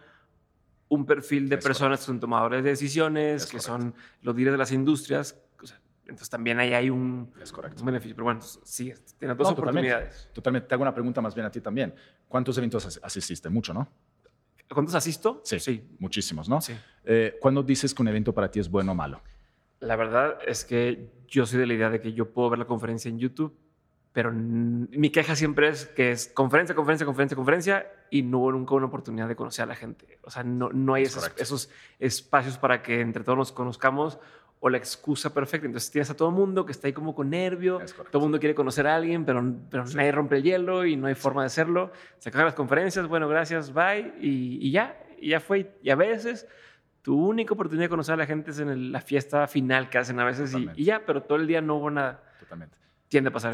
un perfil de es personas correcto. que son tomadores de decisiones, es que correcto. son los líderes de las industrias. O sea, entonces también ahí hay un, un beneficio. Pero bueno, sí, tienes dos no, oportunidades. Totalmente, totalmente. Te hago una pregunta más bien a ti también. ¿Cuántos eventos asististe? Mucho, ¿no? ¿Cuántos asisto? Sí, sí. Muchísimos, ¿no? Sí. Eh, ¿Cuándo dices que un evento para ti es bueno o malo? La verdad es que yo soy de la idea de que yo puedo ver la conferencia en YouTube, pero mi queja siempre es que es conferencia, conferencia, conferencia, conferencia y no hubo nunca una oportunidad de conocer a la gente. O sea, no, no hay esos, esos espacios para que entre todos nos conozcamos o la excusa perfecta. Entonces tienes a todo el mundo que está ahí como con nervio, todo el mundo quiere conocer a alguien, pero, pero sí. nadie rompe el hielo y no hay forma de hacerlo. Se acaban las conferencias, bueno, gracias, bye, y, y ya, y ya fue. Y a veces tu única oportunidad de conocer a la gente es en el, la fiesta final que hacen a veces y, y ya, pero todo el día no hubo nada. Totalmente. Tiende a pasar eso.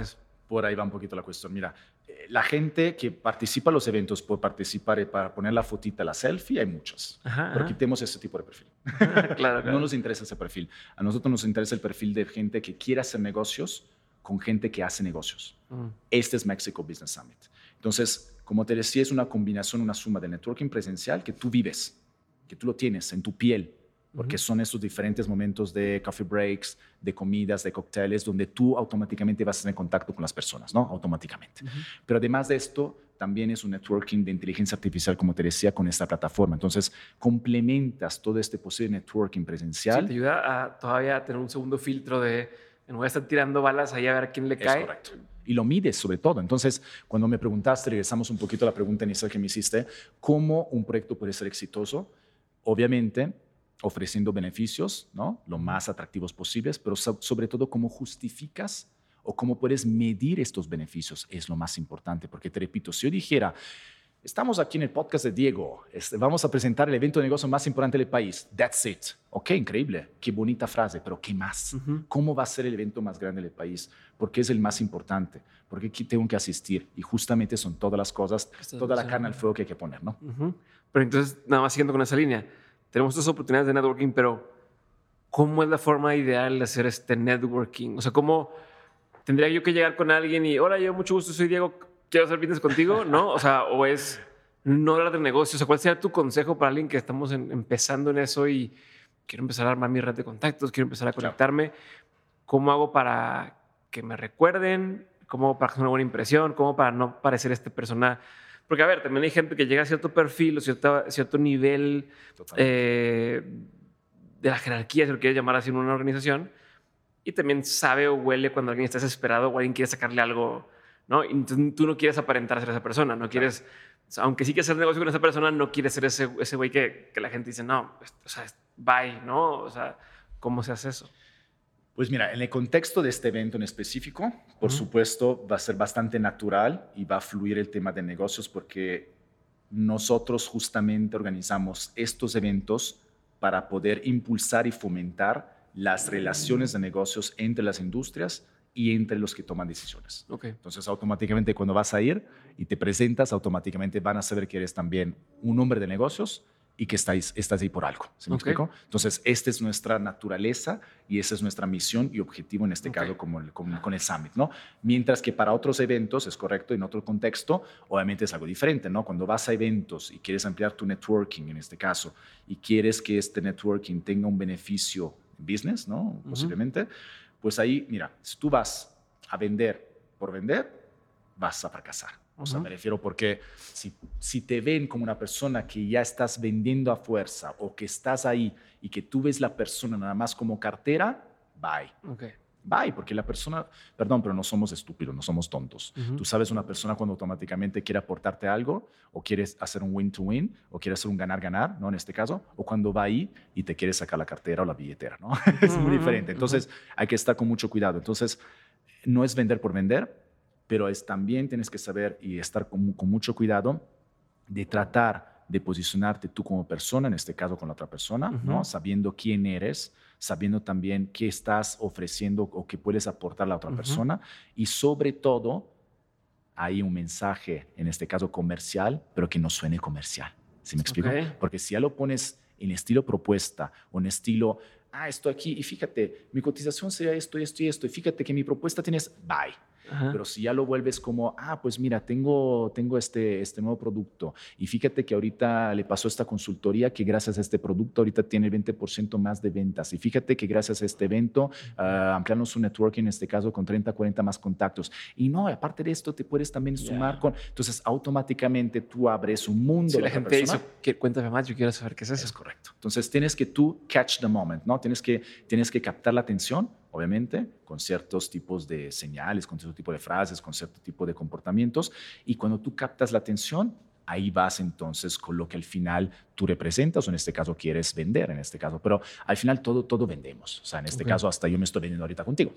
Por ahí va un poquito la cuestión. Mira, eh, la gente que participa en los eventos por participar y para poner la fotita, la selfie, hay muchas. Ajá, pero ajá. quitemos ese tipo de perfil. claro, claro. No nos interesa ese perfil. A nosotros nos interesa el perfil de gente que quiere hacer negocios con gente que hace negocios. Mm. Este es Mexico Business Summit. Entonces, como te decía, es una combinación, una suma de networking presencial que tú vives, que tú lo tienes en tu piel, porque uh-huh. son esos diferentes momentos de coffee breaks, de comidas, de cócteles, donde tú automáticamente vas a estar en contacto con las personas, ¿no? Automáticamente. Uh-huh. Pero además de esto, también es un networking de inteligencia artificial, como te decía, con esta plataforma. Entonces, complementas todo este posible networking presencial. Sí, te ayuda a todavía tener un segundo filtro de, en lugar de estar tirando balas ahí a ver a quién le cae. Es correcto. Y lo mides sobre todo. Entonces, cuando me preguntaste, regresamos un poquito a la pregunta inicial que me hiciste, ¿cómo un proyecto puede ser exitoso? Obviamente, ofreciendo beneficios, ¿no? Lo más atractivos posibles, pero sobre todo cómo justificas o cómo puedes medir estos beneficios es lo más importante. Porque te repito, si yo dijera, estamos aquí en el podcast de Diego, este, vamos a presentar el evento de negocio más importante del país, that's it. Ok, increíble, qué bonita frase, pero ¿qué más? Uh-huh. ¿Cómo va a ser el evento más grande del país? Porque es el más importante, porque aquí tengo que asistir y justamente son todas las cosas, toda la carne al fuego que hay que poner, ¿no? Uh-huh. Pero entonces, nada más siguiendo con esa línea, tenemos estas oportunidades de networking, pero ¿cómo es la forma ideal de hacer este networking? O sea, ¿cómo tendría yo que llegar con alguien y, hola, yo mucho gusto, soy Diego, quiero hacer business contigo, ¿no? O sea, o es no hablar de negocios. O sea, ¿cuál sería tu consejo para alguien que estamos en, empezando en eso y quiero empezar a armar mi red de contactos, quiero empezar a conectarme? ¿Cómo hago para que me recuerden? ¿Cómo hago para hacer una buena impresión? ¿Cómo para no parecer esta persona? Porque, a ver, también hay gente que llega a cierto perfil o cierto, cierto nivel eh, de la jerarquía, si lo quieres llamar así, en una organización, y también sabe o huele cuando alguien está desesperado o alguien quiere sacarle algo, ¿no? Y entonces tú no quieres aparentar ser esa persona, no quieres, o sea, aunque sí quieres hacer negocio con esa persona, no quieres ser ese, ese güey que, que la gente dice, no, pues, o sea, bye, ¿no? O sea, ¿cómo se hace eso? Pues mira, en el contexto de este evento en específico, por uh-huh. supuesto, va a ser bastante natural y va a fluir el tema de negocios porque nosotros justamente organizamos estos eventos para poder impulsar y fomentar las relaciones de negocios entre las industrias y entre los que toman decisiones. Okay. Entonces, automáticamente cuando vas a ir y te presentas, automáticamente van a saber que eres también un hombre de negocios y que estáis, estás ahí por algo. ¿Se me okay. explico? Entonces, esta es nuestra naturaleza y esa es nuestra misión y objetivo en este okay. caso como el, con, con el Summit, ¿no? Mientras que para otros eventos, es correcto, en otro contexto, obviamente es algo diferente, ¿no? Cuando vas a eventos y quieres ampliar tu networking, en este caso, y quieres que este networking tenga un beneficio business, ¿no? Uh-huh. Posiblemente, pues ahí, mira, si tú vas a vender por vender, vas a fracasar. O sea, uh-huh. me refiero porque si, si te ven como una persona que ya estás vendiendo a fuerza o que estás ahí y que tú ves la persona nada más como cartera, bye. Okay. Bye, porque la persona, perdón, pero no somos estúpidos, no somos tontos. Uh-huh. Tú sabes una persona cuando automáticamente quiere aportarte algo o quieres hacer un win-to-win o quiere hacer un ganar-ganar, ¿no? En este caso, o cuando va ahí y te quiere sacar la cartera o la billetera, ¿no? Uh-huh. Es muy diferente. Entonces, uh-huh. hay que estar con mucho cuidado. Entonces, no es vender por vender, pero es también tienes que saber y estar con, con mucho cuidado de tratar de posicionarte tú como persona, en este caso con la otra persona, uh-huh. ¿no? Sabiendo quién eres, sabiendo también qué estás ofreciendo o qué puedes aportar a la otra uh-huh. persona y sobre todo hay un mensaje, en este caso comercial, pero que no suene comercial. ¿Sí me explico? Okay. Porque si ya lo pones en estilo propuesta o en estilo, ah, esto aquí y fíjate, mi cotización sería esto y esto y esto y fíjate que mi propuesta tienes, bye. Ajá. Pero si ya lo vuelves como, ah, pues mira, tengo, tengo este, este nuevo producto y fíjate que ahorita le pasó esta consultoría que gracias a este producto ahorita tiene el veinte por ciento más de ventas y fíjate que gracias a este evento uh, ampliaron su networking, en este caso con treinta, cuarenta más contactos y no, aparte de esto te puedes también sumar yeah. con, entonces automáticamente tú abres un mundo. Si la gente persona, dice, cuéntame más, yo quiero saber qué es eso. Es correcto. Entonces tienes que tú catch the moment, ¿no? Tienes que, tienes que captar la atención, obviamente, con ciertos tipos de señales, con cierto tipo de frases, con cierto tipo de comportamientos. Y cuando tú captas la atención, ahí vas entonces con lo que al final tú representas o en este caso quieres vender, en este caso. Pero al final todo, todo vendemos. O sea, en este okay. caso hasta yo me estoy vendiendo ahorita contigo.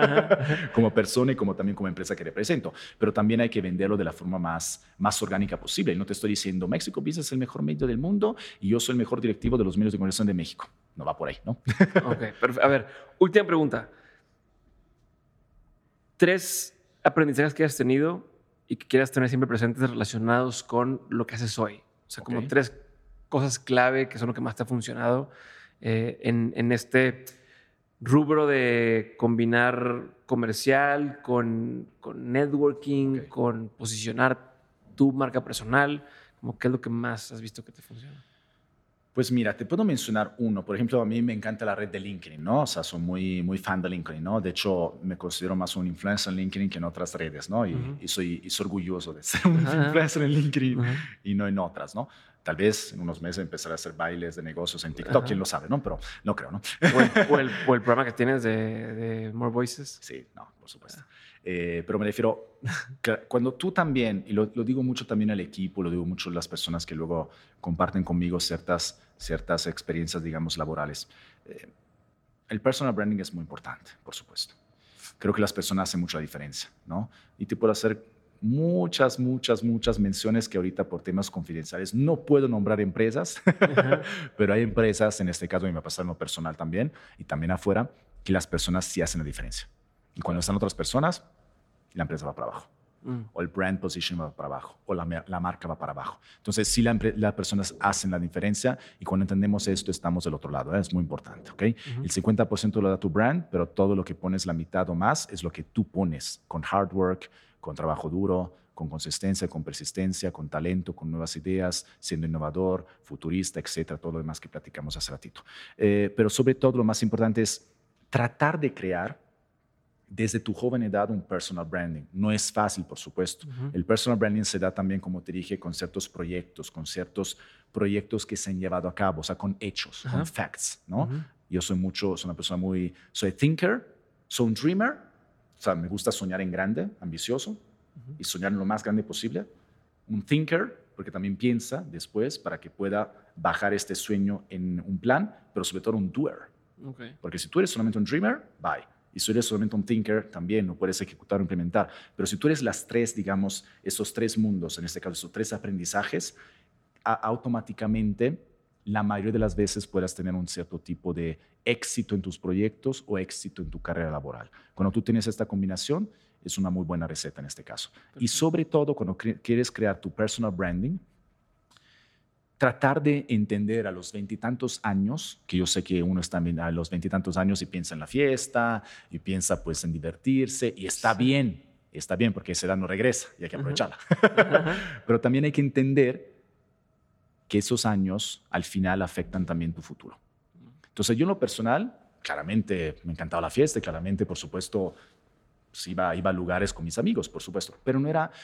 Como persona y como también como empresa que represento. Pero también hay que venderlo de la forma más, más orgánica posible. Y no te estoy diciendo, Mexico Business es el mejor medio del mundo y yo soy el mejor directivo de los medios de comunicación de México. No va por ahí, ¿no? Ok, perfecto. A ver, última pregunta. Tres aprendizajes que hayas tenido y que quieras tener siempre presentes relacionados con lo que haces hoy. O sea, Okay. como tres cosas clave que son lo que más te ha funcionado eh, en, en este rubro de combinar comercial con, con networking, Okay. con posicionar tu marca personal. Como, ¿qué es lo que más has visto que te funciona? Pues mira, te puedo mencionar uno. Por ejemplo, a mí me encanta la red de LinkedIn, ¿no? O sea, soy muy, muy fan de LinkedIn, ¿no? De hecho, me considero más un influencer en LinkedIn que en otras redes, ¿no? Y, uh-huh. y, soy, y soy orgulloso de ser un uh-huh. influencer en LinkedIn uh-huh. y no en otras, ¿no? Tal vez en unos meses empezaré a hacer bailes de negocios en TikTok, uh-huh. quién lo sabe, ¿no? Pero no creo, ¿no? O el, o el, o el programa que tienes de, de More Voices. Sí, no, por supuesto. Uh-huh. Eh, pero me refiero, que cuando tú también, y lo, lo digo mucho también al equipo, lo digo mucho a las personas que luego comparten conmigo ciertas, ciertas experiencias, digamos, laborales. Eh, el personal branding es muy importante, por supuesto. Creo que las personas hacen mucha diferencia, ¿no? Y te puedo hacer muchas, muchas, muchas menciones que ahorita por temas confidenciales no puedo nombrar empresas, uh-huh. pero hay empresas, en este caso, y me pasa en lo personal también, y también afuera, que las personas sí hacen la diferencia. Y cuando están otras personas, la empresa va para abajo. Mm. O el brand position va para abajo. O la, la marca va para abajo. Entonces, sí, las la personas hacen la diferencia. Y cuando entendemos esto, estamos del otro lado. ¿eh? Es muy importante. ¿okay? Uh-huh. El cincuenta por ciento lo da tu brand, pero todo lo que pones, la mitad o más, es lo que tú pones. Con hard work, con trabajo duro, con consistencia, con persistencia, con talento, con nuevas ideas, siendo innovador, futurista, etcétera. Todo lo demás que platicamos hace ratito. Eh, pero sobre todo, lo más importante es tratar de crear desde tu joven edad un personal branding. No es fácil, por supuesto. Uh-huh. El personal branding se da también, como te dije, con ciertos proyectos, con ciertos proyectos que se han llevado a cabo, o sea, con hechos, uh-huh. con facts, ¿no? Uh-huh. Yo soy mucho, soy una persona muy, soy thinker, soy un dreamer, o sea, me gusta soñar en grande, ambicioso, uh-huh. y soñar en lo más grande posible. Un thinker, porque también piensa después para que pueda bajar este sueño en un plan, pero sobre todo un doer. Okay. Porque si tú eres solamente un dreamer, bye. Y si eres solamente un thinker, también no puedes ejecutar o implementar. Pero si tú eres las tres, digamos, esos tres mundos, en este caso, esos tres aprendizajes, a- automáticamente, la mayoría de las veces puedas tener un cierto tipo de éxito en tus proyectos o éxito en tu carrera laboral. Cuando tú tienes esta combinación, es una muy buena receta en este caso. Perfecto. Y sobre todo, cuando cre- quieres crear tu personal branding, tratar de entender a los veintitantos años, que yo sé que uno está a los veintitantos años y piensa en la fiesta, y piensa pues en divertirse, y está sí. bien, está bien, porque esa edad no regresa y hay que aprovecharla. Uh-huh. Pero también hay que entender que esos años al final afectan también tu futuro. Entonces yo en lo personal, claramente me encantaba la fiesta, y claramente, por supuesto, pues, iba, iba a lugares con mis amigos, por supuesto, pero no era...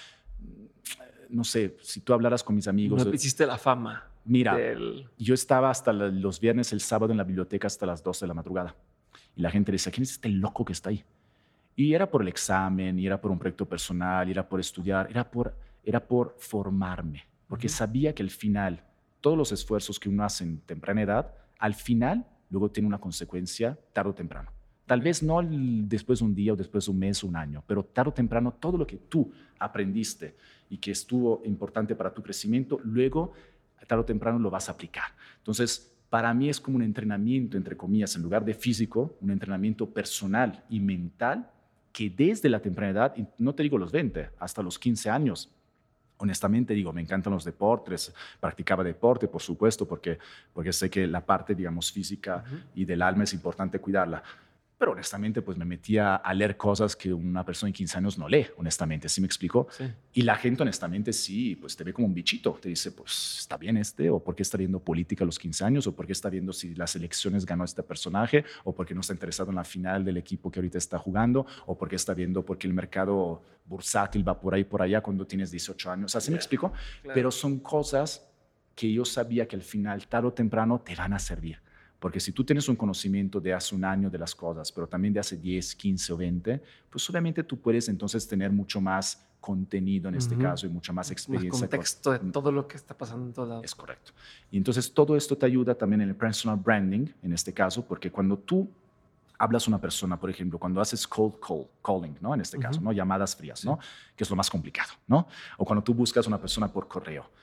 No sé, si tú hablaras con mis amigos... No hiciste la fama. Mira, del... yo estaba hasta los viernes, el sábado en la biblioteca hasta las doce de la madrugada. Y la gente decía, ¿quién es este loco que está ahí? Y era por el examen, y era por un proyecto personal, y era por estudiar, era por, era por formarme. Porque uh-huh. sabía que al final, todos los esfuerzos que uno hace en temprana edad, al final, luego tiene una consecuencia tarde o temprano. Tal vez no después de un día o después de un mes o un año, pero tarde o temprano todo lo que tú aprendiste y que estuvo importante para tu crecimiento, luego tarde o temprano lo vas a aplicar. Entonces, para mí es como un entrenamiento, entre comillas, en lugar de físico, un entrenamiento personal y mental que desde la temprana edad, y no te digo los veinte, hasta los quince años, honestamente digo, me encantan los deportes, practicaba deporte, por supuesto, porque, porque sé que la parte, digamos, física uh-huh. y del alma es importante cuidarla. Pero honestamente, pues me metía a leer cosas que una persona de quince años no lee, honestamente, ¿sí me explico? Sí. Y la gente, honestamente, sí, pues te ve como un bichito. Te dice, pues, ¿está bien este? ¿O por qué está viendo política a los quince años? ¿O por qué está viendo si las elecciones ganó este personaje? ¿O por qué no está interesado en la final del equipo que ahorita está jugando? ¿O por qué está viendo porque el mercado bursátil va por ahí por allá cuando tienes dieciocho años? O sea, ¿sí yeah. me explico? Claro. Pero son cosas que yo sabía que al final, tarde o temprano, te van a servir. Porque si tú tienes un conocimiento de hace un año de las cosas, pero también de hace diez, quince o veinte, pues obviamente tú puedes entonces tener mucho más contenido en este uh-huh. caso y mucha más experiencia. Más contexto con, de todo lo que está pasando en todo lado. Es correcto. Y entonces todo esto te ayuda también en el personal branding, en este caso, porque cuando tú hablas a una persona, por ejemplo, cuando haces cold call, calling, ¿no? En este uh-huh. caso, ¿no? Llamadas frías, ¿no? Sí. Que es lo más complicado, ¿no? O cuando tú buscas a una persona por correo.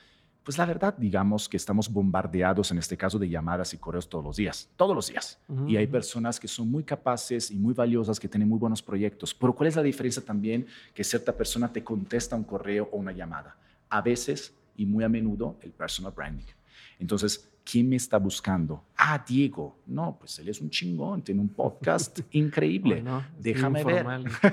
Pues la verdad, digamos que estamos bombardeados en este caso de llamadas y correos todos los días, todos los días. Uh-huh. Y hay personas que son muy capaces y muy valiosas, que tienen muy buenos proyectos. Pero ¿cuál es la diferencia también que cierta persona te contesta un correo o una llamada? A veces y muy a menudo el personal branding. Entonces, ¿quién me está buscando? Ah, Diego. No, pues él es un chingón, tiene un podcast increíble. Bueno, déjame ver.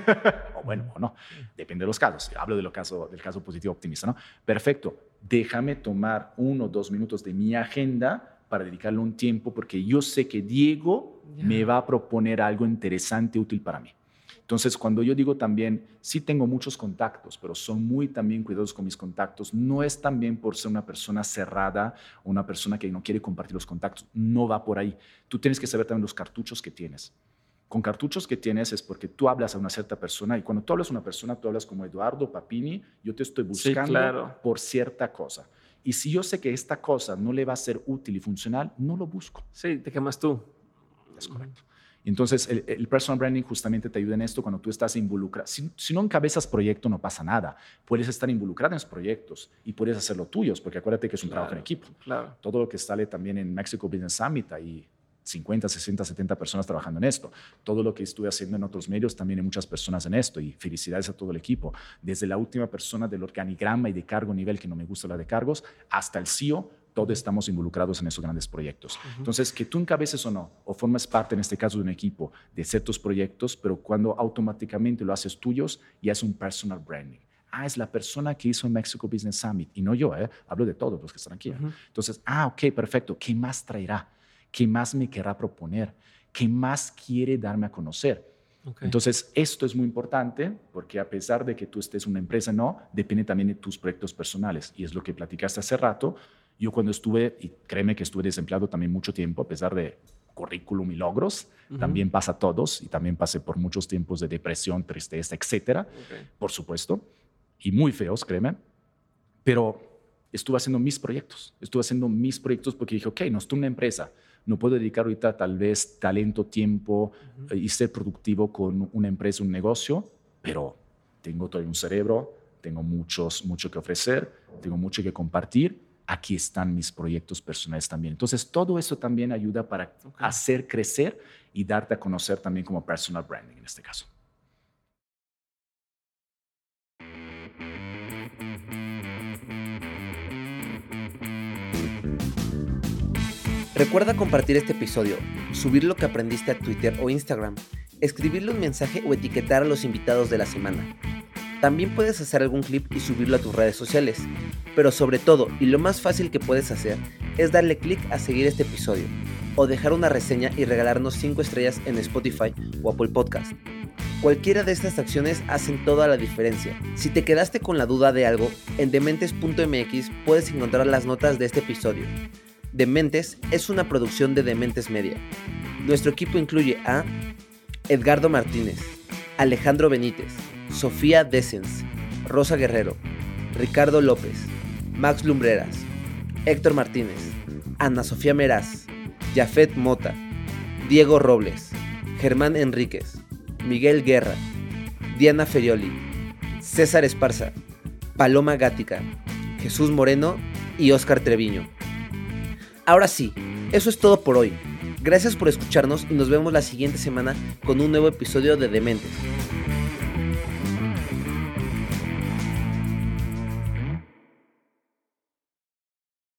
o bueno, o no, depende de los casos. Hablo de lo caso, del caso positivo optimista, ¿no? Perfecto. Déjame tomar uno o dos minutos de mi agenda para dedicarle un tiempo, porque yo sé que Diego yeah. me va a proponer algo interesante, útil para mí. Entonces, cuando yo digo también, sí tengo muchos contactos, pero son muy también cuidadosos con mis contactos, no es también por ser una persona cerrada o una persona que no quiere compartir los contactos, no va por ahí. Tú tienes que saber también los cartuchos que tienes. Con cartuchos que tienes es porque tú hablas a una cierta persona y cuando tú hablas a una persona, tú hablas como Eduardo Papini, yo te estoy buscando sí, claro. por cierta cosa. Y si yo sé que esta cosa no le va a ser útil y funcional, no lo busco. Sí, te quemas tú. Es correcto. Entonces, el, el personal branding justamente te ayuda en esto cuando tú estás involucrado. Si, si no encabezas proyecto, no pasa nada. Puedes estar involucrado en los proyectos y puedes hacerlo tuyos, porque acuérdate que es un claro, trabajo en equipo. Claro. Todo lo que sale también en Mexico Business Summit, hay cincuenta, sesenta, setenta personas trabajando en esto. Todo lo que estuve haciendo en otros medios, también hay muchas personas en esto y felicidades a todo el equipo. Desde la última persona del organigrama y de cargo nivel, que no me gusta la de cargos, hasta el C E O, todos estamos involucrados en esos grandes proyectos. Uh-huh. Entonces, que tú encabeces o no, o formes parte, en este caso, de un equipo de ciertos proyectos, pero cuando automáticamente lo haces tuyos, ya es un personal branding. Ah, es la persona que hizo el Mexico Business Summit. Y no yo, ¿eh? Hablo de todos los que están aquí. Uh-huh. Entonces, ah, ok, perfecto. ¿Qué más traerá? ¿Qué más me querrá proponer? ¿Qué más quiere darme a conocer? Okay. Entonces, esto es muy importante porque a pesar de que tú estés en una empresa, no, depende también de tus proyectos personales. Y es lo que platicaste hace rato. Yo cuando estuve, y créeme que estuve desempleado también mucho tiempo, a pesar de currículum y logros, uh-huh. también pasa a todos, y también pasé por muchos tiempos de depresión, tristeza, etcétera, okay. por supuesto, y muy feos, créeme, pero estuve haciendo mis proyectos, estuve haciendo mis proyectos porque dije, ok, no estoy en una empresa, no puedo dedicar ahorita tal vez talento, tiempo uh-huh. y ser productivo con una empresa, un negocio, pero tengo todo un cerebro, tengo muchos, mucho que ofrecer, tengo mucho que compartir. Aquí están mis proyectos personales también. Entonces, todo eso también ayuda para okay. hacer crecer y darte a conocer también como personal branding en este caso. Recuerda compartir este episodio, subir lo que aprendiste a Twitter o Instagram, escribirle un mensaje o etiquetar a los invitados de la semana. También puedes hacer algún clip y subirlo a tus redes sociales, pero sobre todo, y lo más fácil que puedes hacer, es darle clic a seguir este episodio, o dejar una reseña y regalarnos cinco estrellas en Spotify o Apple Podcast. Cualquiera de estas acciones hacen toda la diferencia. Si te quedaste con la duda de algo, en dementes punto m x puedes encontrar las notas de este episodio. Dementes es una producción de Dementes Media. Nuestro equipo incluye a Edgardo Martínez, Alejandro Benítez, Sofía Dessens, Rosa Guerrero, Ricardo López, Max Lumbreras, Héctor Martínez, Ana Sofía Meraz, Jafet Mota, Diego Robles, Germán Enríquez, Miguel Guerra, Diana Ferioli, César Esparza, Paloma Gática, Jesús Moreno y Óscar Treviño. Ahora sí, eso es todo por hoy. Gracias por escucharnos y nos vemos la siguiente semana con un nuevo episodio de Dementes.